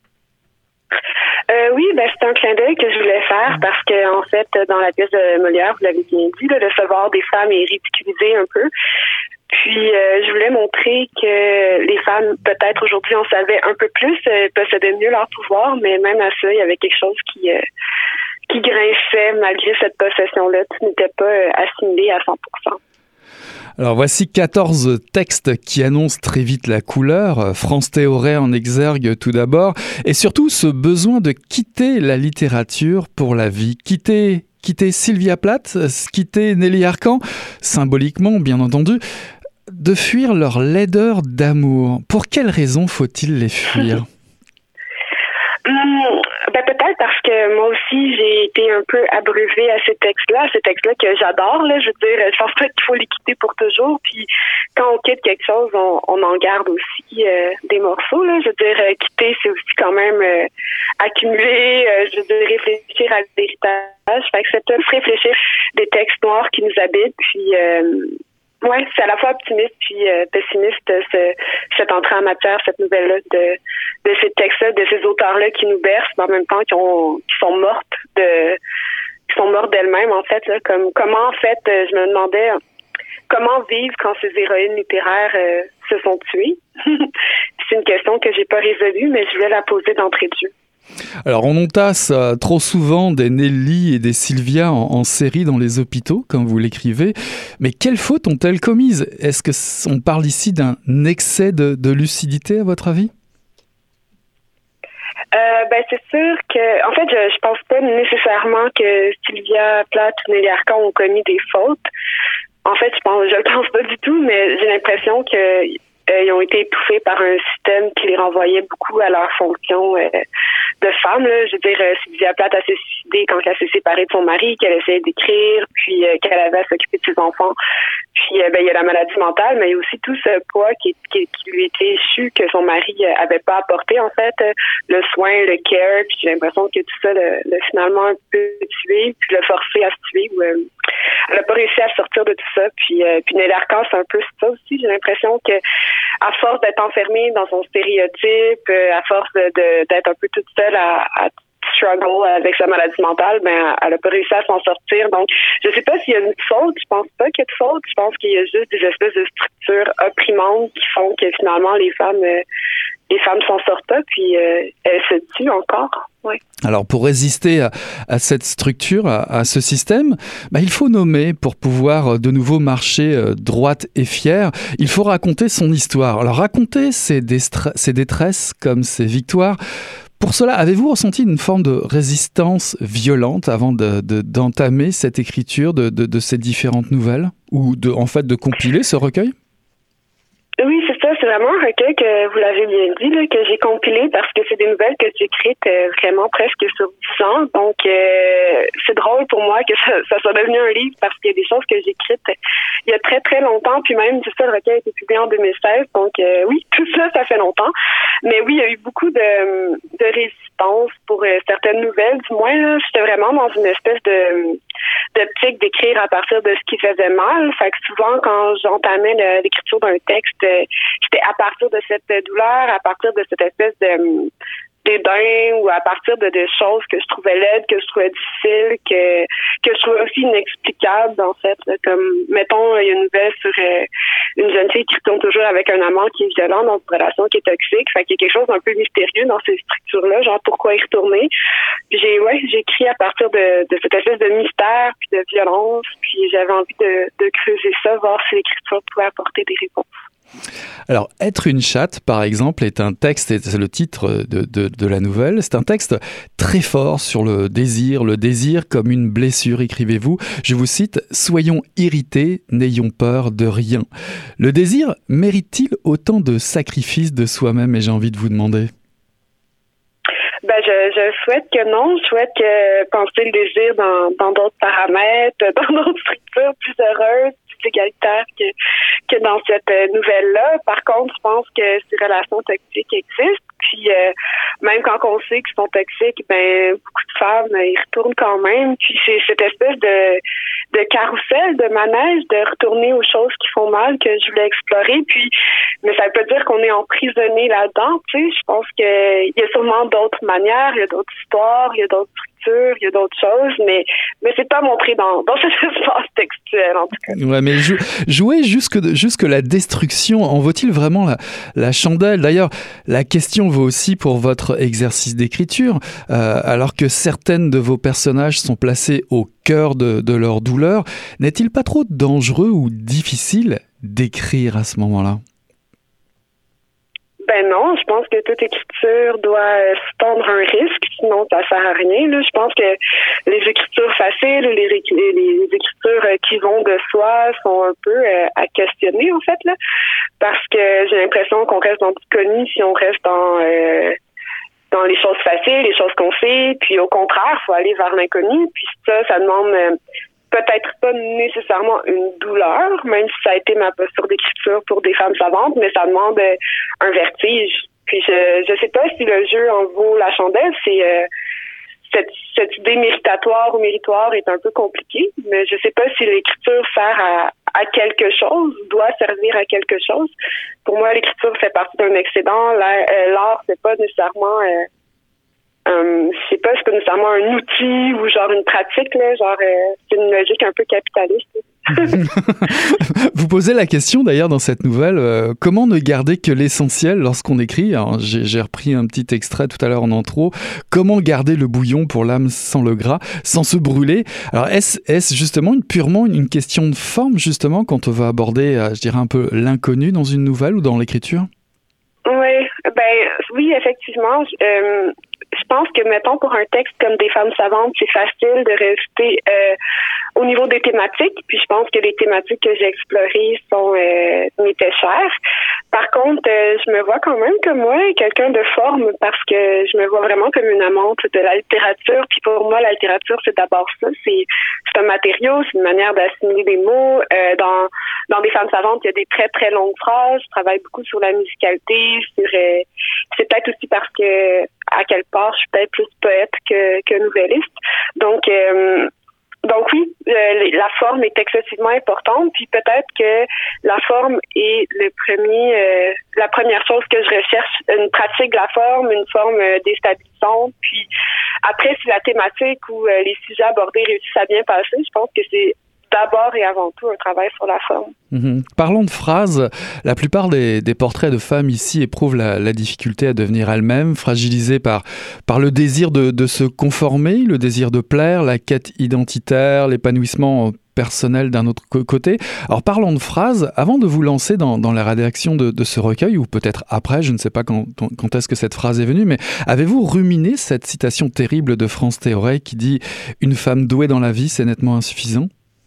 Oui, c'est un clin d'œil que je voulais faire parce que, en fait, dans la pièce de Molière, vous l'avez bien dit, le savoir des femmes est ridiculisé un peu. Puis, je voulais montrer que les femmes, peut-être aujourd'hui, en savaient un peu plus, possédaient mieux leur pouvoir, mais même à ça, il y avait quelque chose qui grinçait malgré cette possession-là, tout n'était pas assimilé à 100%. Alors voici 14 textes qui annoncent très vite la couleur. France Théoret en exergue tout d'abord, et surtout ce besoin de quitter la littérature pour la vie. Quitter Sylvia Plath, quitter Nelly Arcan, symboliquement bien entendu, de fuir leur laideur d'amour. Pour quelles raisons faut-il les fuir ? Peut-être parce que moi aussi j'ai été un peu abreuvée à ces textes-là que j'adore. Là, je veux dire, je pense pas qu'il faut les quitter pour toujours. Puis quand on quitte quelque chose, on en garde aussi des morceaux. Là, je veux dire, quitter, c'est aussi quand même accumuler. Je veux dire, réfléchir à l'héritage. Fait que c'est peut-être réfléchir des textes noirs qui nous habitent. Puis ouais, c'est à la fois optimiste puis pessimiste cette entrée en matière, cette nouvelle-là de ces textes-là, de ces auteurs-là qui nous bercent, mais en même temps qui sont mortes d'elles-mêmes en fait. Là, comment en fait, je me demandais comment vivre quand ces héroïnes littéraires se sont tuées. C'est une question que j'ai pas résolue, mais je voulais la poser d'entrée de jeu. Alors on entasse trop souvent des Nelly et des Sylvia en série dans les hôpitaux, comme vous l'écrivez, mais quelles fautes ont-elles commises ? Est-ce qu'on parle ici d'un excès de lucidité à votre avis ? C'est sûr que, en fait, je pense pas nécessairement que Sylvia Plath ou Nelly Arcan ont commis des fautes. En fait, je le pense pas du tout, mais j'ai l'impression que ils ont été étouffés par un système qui les renvoyait beaucoup à leur fonction de femme. Là. Je veux dire, Sylvia Plath a s'est suicidée quand elle s'est séparée de son mari, qu'elle essayait d'écrire, puis qu'elle avait à s'occuper de ses enfants. Puis il y a la maladie mentale, mais il y a aussi tout ce poids qui lui était échu, que son mari avait pas apporté, en fait, le soin, le care, puis j'ai l'impression que tout ça l'a finalement un peu tué, puis l'a forcé à se tuer. Elle n'a pas réussi à sortir de tout ça. Puis Nelly Arcan, c'est un peu ça aussi. J'ai l'impression que à force d'être enfermée dans son stéréotype, à force d'être un peu toute seule à struggle avec sa maladie mentale, elle a pas réussi à s'en sortir. Donc, je sais pas s'il y a une faute. Je pense pas qu'il y a de faute. Je pense qu'il y a juste des espèces de structures opprimantes qui font que finalement les femmes s'en sortent pas, puis elles se tuent encore. Ouais. Alors pour résister à cette structure, à ce système, il faut nommer pour pouvoir de nouveau marcher droite et fière. Il faut raconter son histoire. Alors raconter ses détresses comme ses victoires. Pour cela, avez-vous ressenti une forme de résistance violente avant d'entamer cette écriture de ces différentes nouvelles, ou de compiler ce recueil ? Oui, c'est ça. C'est vraiment un recueil que vous l'avez bien dit, là, que j'ai compilé parce que c'est des nouvelles que j'ai écrites vraiment presque sur 10 ans. Donc, c'est drôle pour moi que ça soit devenu un livre parce qu'il y a des choses que j'ai écrites il y a très, très longtemps. Puis même, c'est ça, le recueil a été publié en 2016. Donc, oui, tout ça, ça fait longtemps. Mais oui, il y a eu beaucoup de résistance pour certaines nouvelles. Du moins, là, j'étais vraiment dans une espèce d'optique d'écrire à partir de ce qui faisait mal. Fait que souvent, quand j'entamais l'écriture d'un texte, c'était à partir de cette douleur, à partir de cette espèce de dédain ou à partir de des choses que je trouvais laides, que je trouvais difficiles, que je trouvais aussi inexplicables, en fait. Là, comme, mettons, il y a une nouvelle sur une jeune fille qui retourne toujours avec un amant qui est violent dans une relation qui est toxique. Fait qu'il y a quelque chose d'un peu mystérieux dans ces structures-là, genre pourquoi y retourner. Puis j'ai écrit à partir de cette espèce de mystère puis de violence, puis j'avais envie de creuser ça, voir si l'écriture pouvait apporter des réponses. Alors, Être une chatte, par exemple, est un texte, et c'est le titre de la nouvelle, c'est un texte très fort sur le désir comme une blessure, écrivez-vous. Je vous cite, « Soyons irrités, n'ayons peur de rien ». Le désir mérite-t-il autant de sacrifices de soi-même, et j'ai envie de vous demander ? Je souhaite que non. Je souhaite que penser le désir dans d'autres paramètres, dans d'autres structures plus heureuses, plus égalitaires que dans cette nouvelle-là. Par contre, je pense que ces relations toxiques existent. Puis même quand on sait qu'ils sont toxiques, beaucoup de femmes y retournent quand même. Puis c'est cette espèce de carrousel, de manège, de retourner aux choses qui font mal que je voulais explorer. Puis, mais ça veut pas dire qu'on est emprisonné là-dedans. Tu sais, je pense qu'il y a sûrement d'autres manières, il y a d'autres histoires, il y a d'autres structures, il y a d'autres choses, mais c'est pas montré dans cet espace textuel en tout cas. Ouais, mais jouer jusque la destruction, en vaut-il vraiment la chandelle ? D'ailleurs, la question vaut aussi pour votre exercice d'écriture, alors que certaines de vos personnages sont placées au cœur de leur douleur, n'est-il pas trop dangereux ou difficile d'écrire à ce moment-là? Ben non, je pense que toute écriture doit se prendre un risque, sinon ça sert à rien. Là. Je pense que les écritures faciles, les écritures qui vont de soi sont un peu à questionner en fait là, parce que j'ai l'impression qu'on reste dans le connu si on reste dans les choses faciles, les choses qu'on sait, puis au contraire, faut aller vers l'inconnu, puis ça demande peut-être pas nécessairement une douleur, même si ça a été ma posture d'écriture pour des femmes savantes, mais ça demande un vertige. Puis je sais pas si le jeu en vaut la chandelle, c'est cette idée méritatoire ou méritoire est un peu compliquée, mais je sais pas si l'écriture sert à quelque chose, doit servir à quelque chose. Pour moi, l'écriture fait partie d'un excédent. L'art, c'est pas nécessairement c'est pas nécessairement un outil ou genre une pratique, là, c'est une logique un peu capitaliste. Vous posez la question d'ailleurs dans cette nouvelle, comment ne garder que l'essentiel lorsqu'on écrit? Alors, j'ai repris un petit extrait tout à l'heure en intro. Comment garder le bouillon pour l'âme sans le gras, sans se brûler? Alors est-ce justement purement une question de forme justement quand on va aborder, je dirais un peu l'inconnu dans une nouvelle ou dans l'écriture? Oui, effectivement. Je pense que, mettons, pour un texte comme Des femmes savantes, c'est facile de rester au niveau des thématiques. Puis je pense que les thématiques que j'ai explorées m'étaient chères. Par contre, je me vois quand même comme moi, quelqu'un de forme, parce que je me vois vraiment comme une amante de la littérature. Puis pour moi, la littérature, c'est d'abord ça. C'est un matériau, c'est une manière d'assimiler des mots. Dans Des femmes savantes, il y a des très, très longues phrases. Je travaille beaucoup sur la musicalité, c'est peut-être aussi parce que, à quelque part, je suis peut-être plus poète que nouvelliste. Donc oui, la forme est excessivement importante, puis peut-être que la forme est la première chose que je recherche, une pratique de la forme, une forme déstabilisante, puis après, si la thématique ou les sujets abordés réussissent à bien passer, je pense que c'est d'abord et avant tout un travail sur la forme. Parlons de phrases. La plupart des portraits de femmes ici éprouvent la difficulté à devenir elles-mêmes, fragilisées par le désir de se conformer, le désir de plaire, la quête identitaire, l'épanouissement personnel d'un autre côté. Alors parlons de phrases. Avant de vous lancer dans la rédaction de ce recueil, ou peut-être après, je ne sais pas quand est-ce que cette phrase est venue, mais avez-vous ruminé cette citation terrible de France Théoret qui dit « Une femme douée dans la vie, c'est nettement insuffisant ».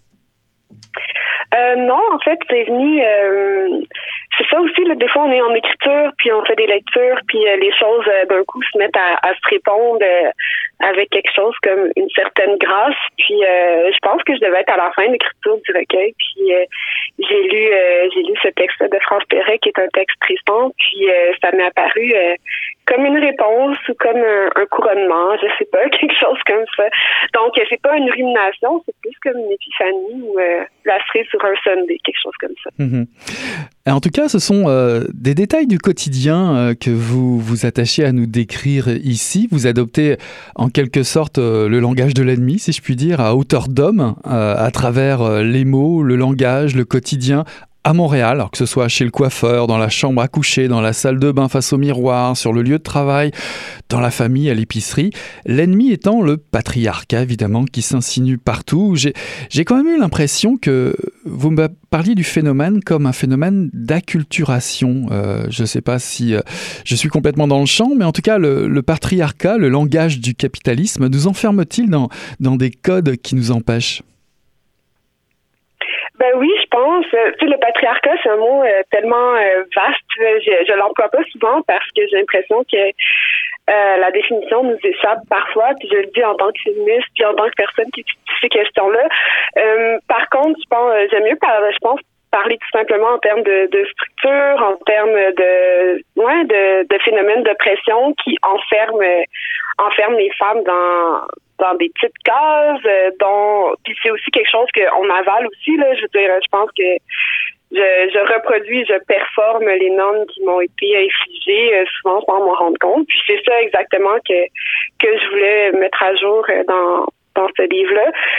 Non, en fait, c'est venu... c'est ça aussi, là, des fois, on est en écriture, puis on fait des lectures, puis les choses, d'un coup, se mettent à se répondre avec quelque chose comme une certaine grâce. Puis je pense que je devais être à la fin de l'écriture du recueil, puis j'ai lu ce texte de France Perret, qui est un texte tristant, puis ça m'est apparu comme une réponse ou comme un couronnement, je sais pas, quelque chose comme ça. Donc, c'est pas une rumination, c'est plus comme une épiphanie ou la cerise sur un sundae, quelque chose comme ça. En tout cas, ce sont des détails du quotidien que vous vous attachez à nous décrire ici. Vous adoptez en quelque sorte le langage de l'ennemi, si je puis dire, à hauteur d'homme, à travers les mots, le langage, le quotidien, à Montréal, alors que ce soit chez le coiffeur, dans la chambre à coucher, dans la salle de bain face au miroir, sur le lieu de travail, dans la famille, à l'épicerie. L'ennemi étant le patriarcat, évidemment, qui s'insinue partout. J'ai quand même eu l'impression que vous me parliez du phénomène comme un phénomène d'acculturation. Je ne sais pas si je suis complètement dans le champ, mais en tout cas, le patriarcat, le langage du capitalisme, nous enferme-t-il dans des codes qui nous empêchent ? Ben oui, je pense. Tu sais, le patriarcat, c'est un mot tellement vaste. Je l'emploie pas souvent parce que j'ai l'impression que la définition nous échappe parfois. Puis je le dis en tant que féministe, puis en tant que personne qui étudie ces questions-là. Par contre, j'aime mieux parler tout simplement en termes de structure, en termes de phénomènes d'oppression qui enferment les femmes dans des petites cases, puis c'est aussi quelque chose qu'on avale aussi, là. Je veux dire, je pense que je reproduis, je performe les normes qui m'ont été infligées, souvent sans m'en rendre compte. Puis c'est ça exactement que je voulais mettre à jour dans ce livre-là.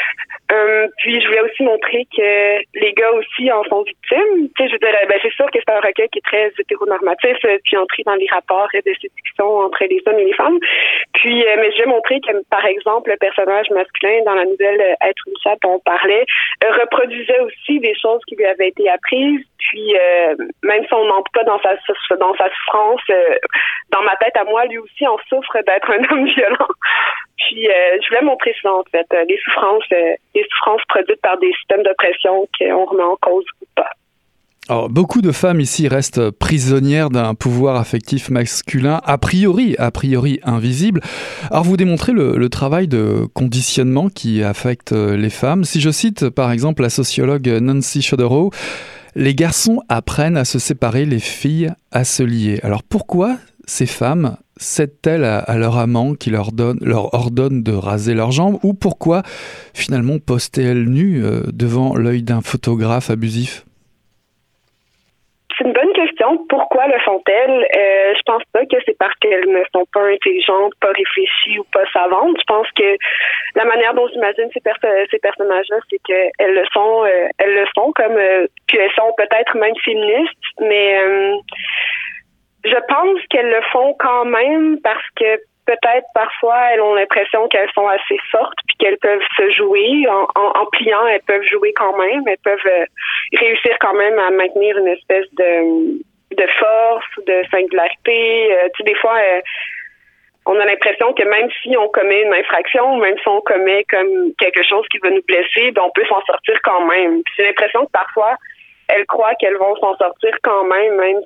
Puis je voulais aussi montrer que les gars aussi en sont victimes. Tu sais, je veux dire, c'est sûr que c'est un recueil qui est très hétéronormatif, puis entrer dans les rapports de séduction entre les hommes et les femmes. Puis, mais je vais montrer que, par exemple, le personnage masculin dans la nouvelle Être une chatte dont on parlait reproduisait aussi des choses qui lui avaient été apprises. Puis, même si on n'entre pas dans sa souffrance, dans ma tête à moi, lui aussi en souffre d'être un homme violent. Puis, je voulais montrer ça, en fait, les souffrances produites par des systèmes d'oppression qu'on remet en cause ou pas. Alors, beaucoup de femmes ici restent prisonnières d'un pouvoir affectif masculin a priori invisible. Alors vous démontrez le travail de conditionnement qui affecte les femmes. Si je cite par exemple la sociologue Nancy Chodorow, les garçons apprennent à se séparer, les filles à se lier. Alors pourquoi ces femmes cèdent-elles à leur amant qui leur ordonne de raser leurs jambes, ou pourquoi finalement postent-elles nues devant l'œil d'un photographe abusif? C'est une bonne question. Pourquoi le font-elles? Je pense pas que c'est parce qu'elles ne sont pas intelligentes, pas réfléchies ou pas savantes. Je pense que la manière dont j'imagine ces personnages-là, c'est qu'elles le sont comme qu'elles sont peut-être même féministes, mais je pense qu'elles le font quand même parce que peut-être parfois elles ont l'impression qu'elles sont assez fortes puis qu'elles peuvent se jouer en pliant, elles peuvent jouer quand même, elles peuvent réussir quand même à maintenir une espèce de force ou de singularité. Tu sais, des fois on a l'impression que même si on commet une infraction, même si on commet comme quelque chose qui va nous blesser, ben on peut s'en sortir quand même. Puis j'ai l'impression que parfois elles croient qu'elles vont s'en sortir quand même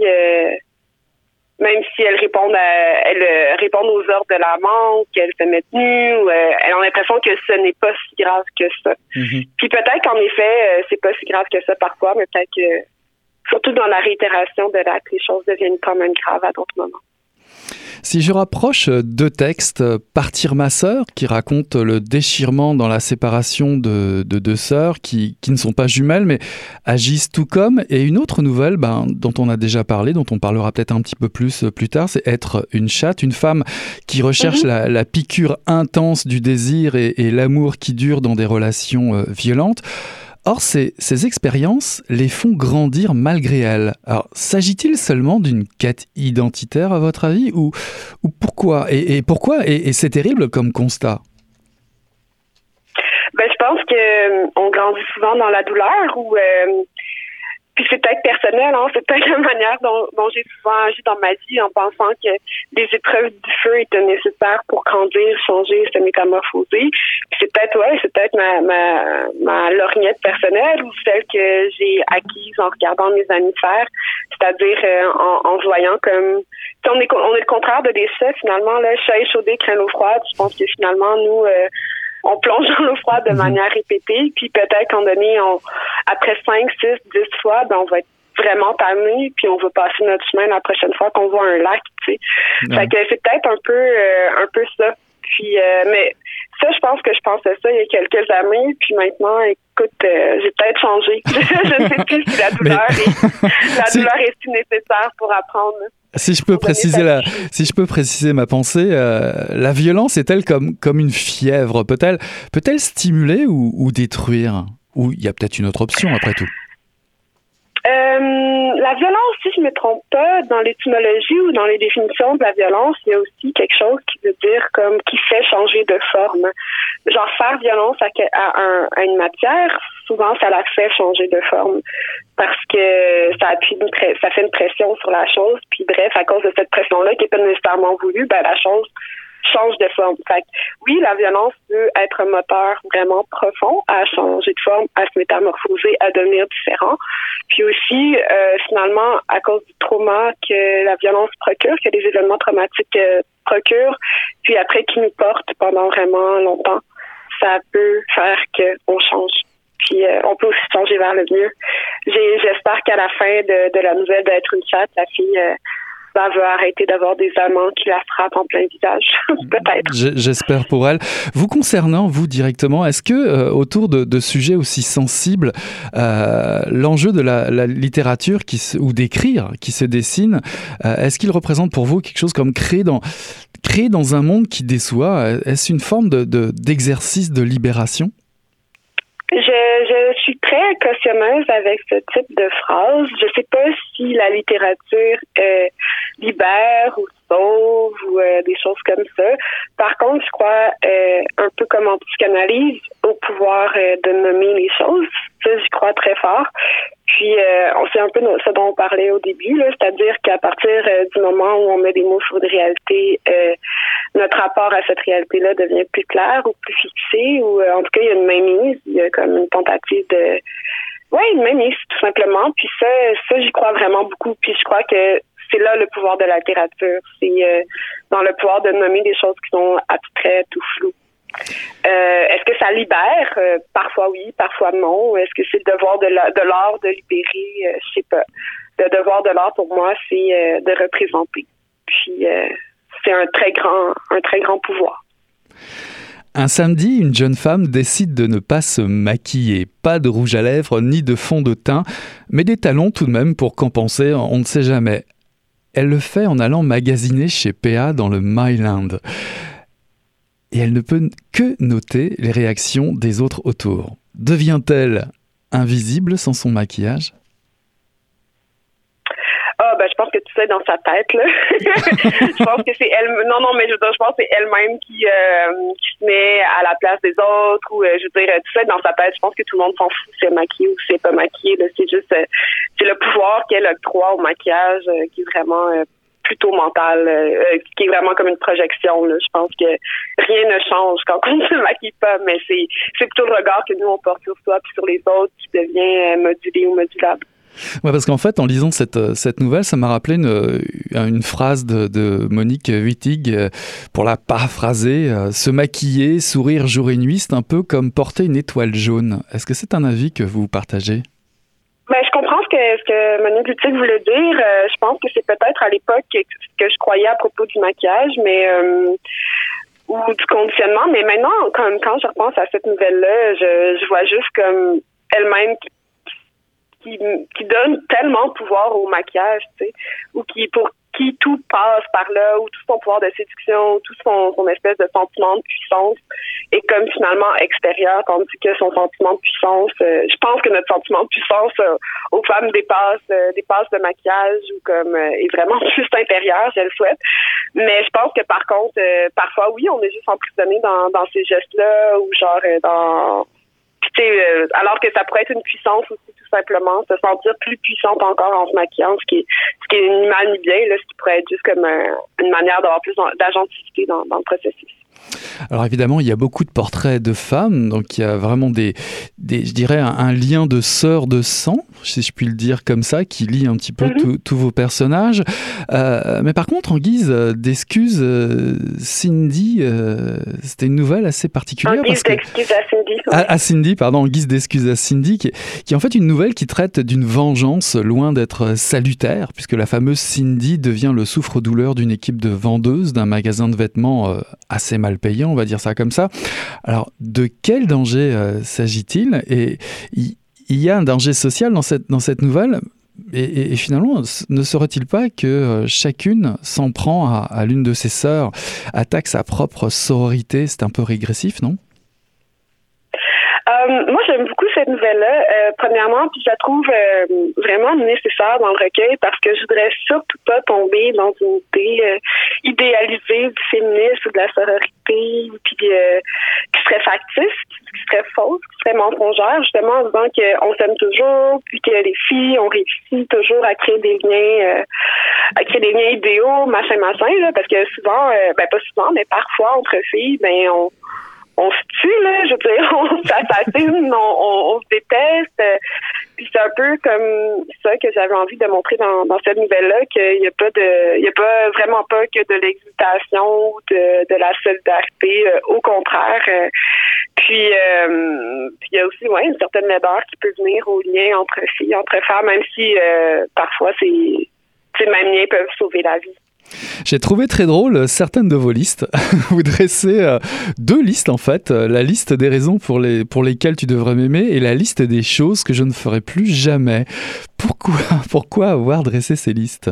si elles répondent aux ordres de l'amant, ou qu'elles se mettent nues, ou elles ont l'impression que ce n'est pas si grave que ça. Mm-hmm. Puis peut-être qu'en effet, c'est pas si grave que ça parfois, mais peut-être que, surtout dans la réitération de l'acte, les choses deviennent quand même graves à d'autres moments. Si je rapproche deux textes, Partir ma sœur, qui raconte le déchirement dans la séparation de deux sœurs qui ne sont pas jumelles, mais agissent tout comme, et une autre nouvelle dont on a déjà parlé, dont on parlera peut-être un petit peu plus tard, c'est Être une chatte, une femme qui recherche la piqûre intense du désir et l'amour qui dure dans des relations violentes. Or, ces expériences les font grandir malgré elles. Alors, s'agit-il seulement d'une quête identitaire, à votre avis, ou pourquoi et pourquoi et c'est terrible comme constat? Je pense qu'on grandit souvent dans la douleur ou puis c'est peut-être personnel, hein, c'est peut-être la manière dont j'ai souvent agi dans ma vie en pensant que les épreuves du feu étaient nécessaires pour grandir, changer, se métamorphoser. Puis c'est peut-être ma lorgnette personnelle ou celle que j'ai acquise en regardant mes amis faire, c'est-à-dire en voyant comme on est le contraire de des chats finalement, là, chat échaudé craint l'eau froide. Je pense que finalement nous on plonge dans l'eau froide de manière répétée, puis peut-être qu'en donné, après 5, 6, 10 fois, on va être vraiment tanné, puis on va passer notre chemin la prochaine fois qu'on voit un lac, tu sais. Ouais. Fait que c'est peut-être un peu ça. Puis, mais ça, je pense que je pensais ça il y a quelques années, puis maintenant, écoute, j'ai peut-être changé. Je ne sais plus si la douleur est si nécessaire pour apprendre. Si je peux préciser ma pensée, la violence est-elle comme une fièvre? Peut-elle stimuler ou détruire? Ou il y a peut-être une autre option après tout? La violence, si je ne me trompe pas, dans l'étymologie ou dans les définitions de la violence, il y a aussi quelque chose qui veut dire comme qui fait changer de forme. Genre faire violence à une matière, souvent ça la fait changer de forme parce que ça fait une pression sur la chose. Puis bref, à cause de cette pression-là qui n'est pas nécessairement voulue, la chose change de forme. Fait que, oui, la violence peut être un moteur vraiment profond à changer de forme, à se métamorphoser, à devenir différent. Puis aussi, finalement, à cause du trauma que la violence procure, que les événements traumatiques procurent, puis après qui nous portent pendant vraiment longtemps, ça peut faire qu'on change. Puis on peut aussi changer vers le mieux. J'espère qu'à la fin de la nouvelle d'Être une chatte, la fille veut arrêter d'avoir des amants qui la frappent en plein visage, peut-être. J'espère pour elle. Vous concernant, vous directement, est-ce que autour de sujets aussi sensibles, l'enjeu de la littérature ou d'écrire qui se dessine, est-ce qu'il représente pour vous quelque chose comme créer dans un monde qui déçoit? Est-ce une forme d'exercice de libération? perfectionneuse avec ce type de phrase. Je sais pas si la littérature libère ou sauve ou des choses comme ça. Par contre, je crois un peu comme en psychanalyse au pouvoir de nommer les choses. Ça, j'y crois très fort. Puis, c'est un peu ce dont on parlait au début, là, c'est-à-dire qu'à partir du moment où on met des mots sur des réalités, notre rapport à cette réalité-là devient plus clair ou plus fixé, ou en tout cas, il y a une mainmise, il y a comme une tentative de... Oui, une mainmise, tout simplement. Puis ça, j'y crois vraiment beaucoup. Puis je crois que c'est là le pouvoir de la littérature. C'est dans le pouvoir de nommer des choses qui sont abstraites ou floues. Est-ce que ça libère? Parfois oui, parfois non. Est-ce que c'est le devoir de l'art de libérer? Je sais pas. Le devoir de l'art pour moi, c'est de représenter. Puis c'est un très grand pouvoir. Un samedi, une jeune femme décide de ne pas se maquiller. Pas de rouge à lèvres ni de fond de teint, mais des talons tout de même pour compenser, on ne sait jamais. Elle le fait en allant magasiner chez PA dans le Myland. Et elle ne peut que noter les réactions des autres autour. Devient-elle invisible sans son maquillage? Je pense que tu sais dans sa tête, là. Je pense que c'est elle. Non, mais je pense que c'est elle-même qui se met à la place des autres, ou je veux dire, tu sais dans sa tête. Je pense que tout le monde s'en fout si c'est maquillé ou si c'est pas maquillé. Là. C'est juste, c'est le pouvoir qu'elle octroie au maquillage qui est vraiment plutôt mental, qui est vraiment comme une projection. Là. Je pense que rien ne change quand on ne se maquille pas, mais c'est plutôt le regard que nous on porte sur soi puis sur les autres qui devient modulé ou modulable. Ouais, parce qu'en fait, en lisant cette nouvelle, ça m'a rappelé une phrase de Monique Wittig, pour la paraphraser, se maquiller, sourire jour et nuit, c'est un peu comme porter une étoile jaune. Est-ce que c'est un avis que vous partagez? Je comprends ce que Monique Wittig voulait dire. Je pense que c'est peut-être à l'époque ce que je croyais à propos du maquillage, mais ou du conditionnement. Mais maintenant, quand je repense à cette nouvelle-là, je vois juste comme elle-même qui donne tellement de pouvoir au maquillage, tu sais, ou pour qui tout passe par là, ou tout son pouvoir de séduction, tout son espèce de sentiment de puissance est comme finalement extérieur, tandis que son sentiment de puissance, je pense que notre sentiment de puissance aux femmes dépasse le maquillage ou comme est vraiment plus intérieur, je le souhaite. Mais je pense que par contre, parfois oui, on est juste emprisonné dans ces gestes-là, ou genre dans... alors que ça pourrait être une puissance aussi, tout simplement, se sentir plus puissante encore en se maquillant, ce qui est mal ni bien, là, ce qui pourrait être juste comme une manière d'avoir plus d'agentivité dans le processus. Alors évidemment, il y a beaucoup de portraits de femmes, donc il y a vraiment je dirais un lien de sœur de sang, si je puis le dire comme ça, qui lie un petit peu tous vos personnages. Mais par contre, en guise d'excuse, Cindy, c'était une nouvelle assez particulière. En guise d'excuse à Cindy. À Cindy, pardon, en guise d'excuse à Cindy, qui est en fait une nouvelle qui traite d'une vengeance loin d'être salutaire, puisque la fameuse Cindy devient le souffre-douleur d'une équipe de vendeuses d'un magasin de vêtements assez mal payant, on va dire ça comme ça. Alors, de quel danger s'agit-il? Et il y a un danger social dans cette nouvelle, et finalement, ne serait-il pas que chacune s'en prend à l'une de ses sœurs, attaque sa propre sororité? C'est un peu régressif, non? Moi, j'aime beaucoup cette nouvelle-là. Premièrement, puis je la trouve vraiment nécessaire dans le recueil parce que je voudrais surtout pas tomber dans une idée idéalisée du féminisme ou de la sororité, puis qui serait factice, qui serait fausse, qui serait mensongère, justement en disant qu'on s'aime toujours, puis que les filles, on réussit toujours à créer des liens idéaux, machin, là, parce que souvent, pas souvent, mais parfois entre filles, on se tue, là, je veux dire, on s'assassine, on se déteste. Puis c'est un peu comme ça que j'avais envie de montrer dans cette nouvelle-là, qu'il y a pas vraiment pas que de l'exultation ou de la solidarité, au contraire. Puis il y a aussi une certaine laideur qui peut venir au lien entre filles, entre femmes, même si parfois ces mêmes liens peuvent sauver la vie. J'ai trouvé très drôle certaines de vos listes. Vous dressez deux listes en fait, la liste des raisons pour lesquelles tu devrais m'aimer et la liste des choses que je ne ferai plus jamais. Pourquoi avoir dressé ces listes?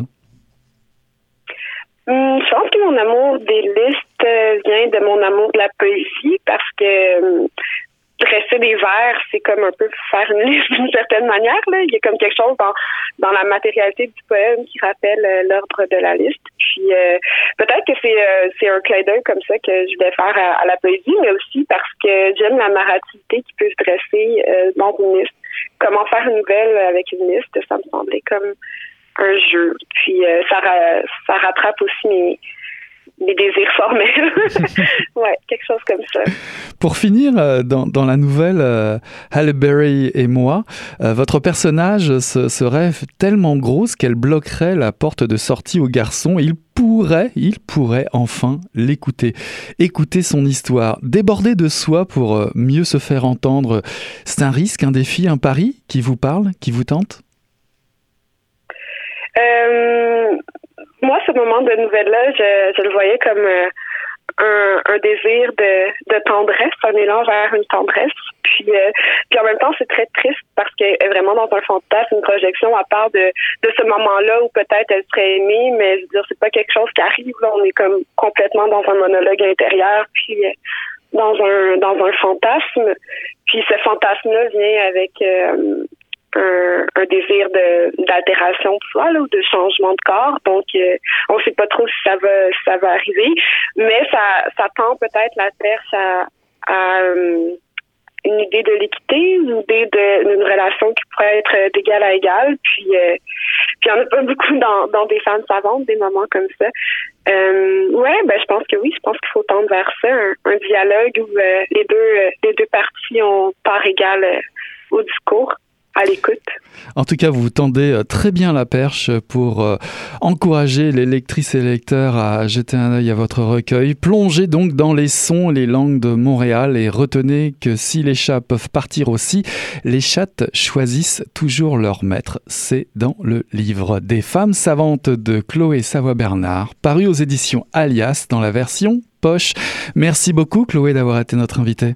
Je pense que mon amour des listes vient de mon amour de la poésie parce que dresser des vers, c'est comme un peu faire une liste d'une certaine manière. Là. Il y a comme quelque chose dans la matérialité du poème qui rappelle l'ordre de la liste. Puis peut-être que c'est un clin d'œil comme ça que je vais faire à la poésie, mais aussi parce que j'aime la narrativité qui peut se dresser dans une liste. Comment faire une nouvelle avec une liste, ça me semblait comme un jeu. Puis ça rattrape aussi mes désirs formels. Ouais, quelque chose comme ça. Pour finir, dans la nouvelle Halle Berry et moi, votre personnage serait tellement grosse qu'elle bloquerait la porte de sortie aux garçons. Il pourrait enfin l'écouter, écouter son histoire, déborder de soi pour mieux se faire entendre. C'est un risque, un défi, un pari qui vous parle, qui vous tente? Moi, ce moment de nouvelle-là, je le voyais comme un désir de tendresse, un élan vers une tendresse. Puis en même temps, c'est très triste parce qu'elle est vraiment dans un fantasme, une projection à part de ce moment-là où peut-être elle serait aimée, mais je veux dire, c'est pas quelque chose qui arrive. Là. On est comme complètement dans un monologue intérieur, puis dans un fantasme. Puis ce fantasme-là vient avec un désir d'altération de soi, là, ou de changement de corps. Donc, on sait pas trop si ça va arriver, mais ça tend peut-être la perche à une idée de l'équité, une idée d'une relation qui pourrait être d'égal à égal. Puis il y en a pas beaucoup dans des femmes savantes, des moments comme ça. Je pense que oui, je pense qu'il faut tendre vers ça, un dialogue où les deux parties ont part égale au discours. À l'écoute. En tout cas, vous tendez très bien la perche pour encourager les lectrices et lecteurs à jeter un œil à votre recueil. Plongez donc dans les sons, les langues de Montréal et retenez que si les chats peuvent partir aussi, les chattes choisissent toujours leur maître. C'est dans le livre des femmes savantes de Chloé Savoie-Bernard, paru aux éditions Alias dans la version poche. Merci beaucoup Chloé d'avoir été notre invitée.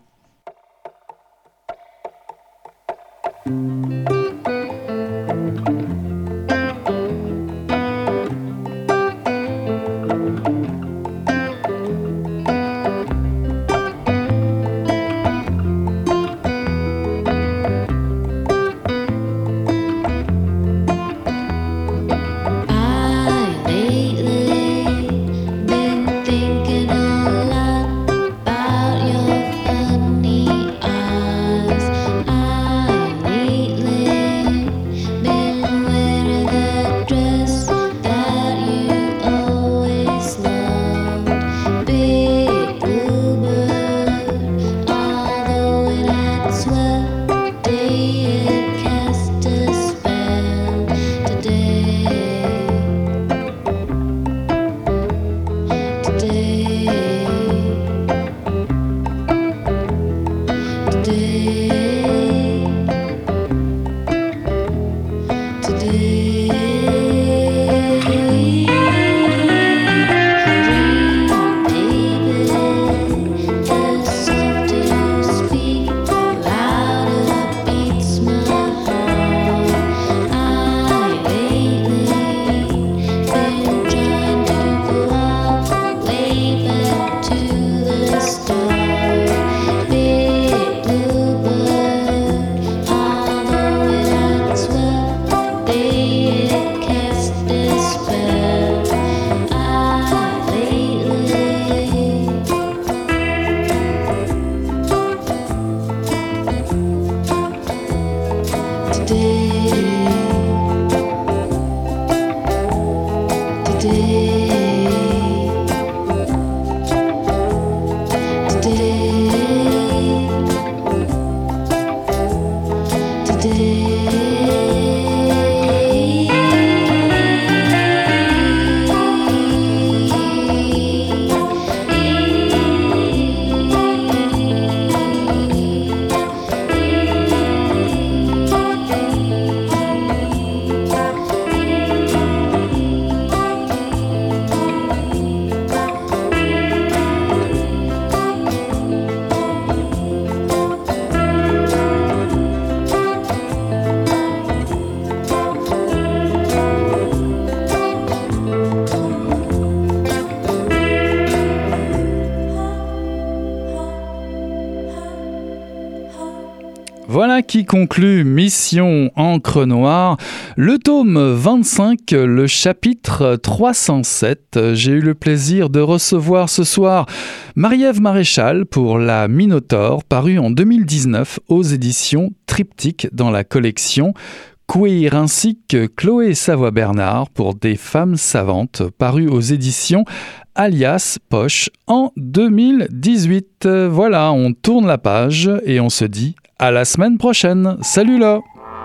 Voilà qui conclut Mission Encre Noire, le tome 25, le chapitre 307. J'ai eu le plaisir de recevoir ce soir Marie-Ève Maréchal pour La Minotaure, paru en 2019 aux éditions Triptyque dans la collection Queer, ainsi que Chloé Savoie-Bernard pour Des femmes savantes, paru aux éditions Alias Poche en 2018. Voilà, on tourne la page et on se dit à la semaine prochaine. Salut là!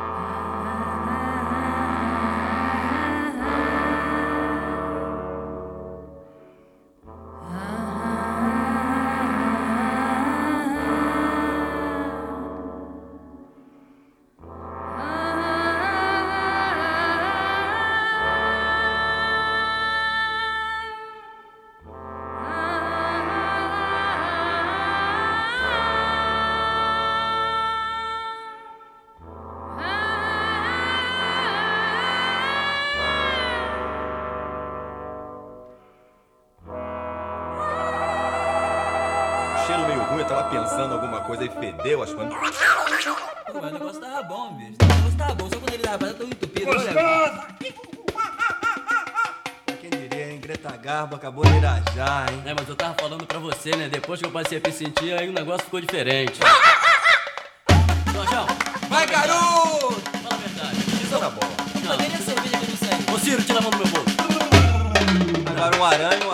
Cheiro meio ruim, eu tava pensando alguma coisa e fedeu, acho que... Pô, mas o negócio tava bom, bicho. O negócio tava bom, só quando ele tava tão entupido. Quem diria, hein? Greta Garbo acabou de irajar, hein? É, mas eu tava falando pra você, né? Depois que eu passei a me sentir, aí o negócio ficou diferente. Jorjão! Vai, garoto! Fala a verdade. Isso na bola. Não, nem a cerveja que eu não sei. Ô, Ciro, tira a mão do meu bolso. Agora um aranha,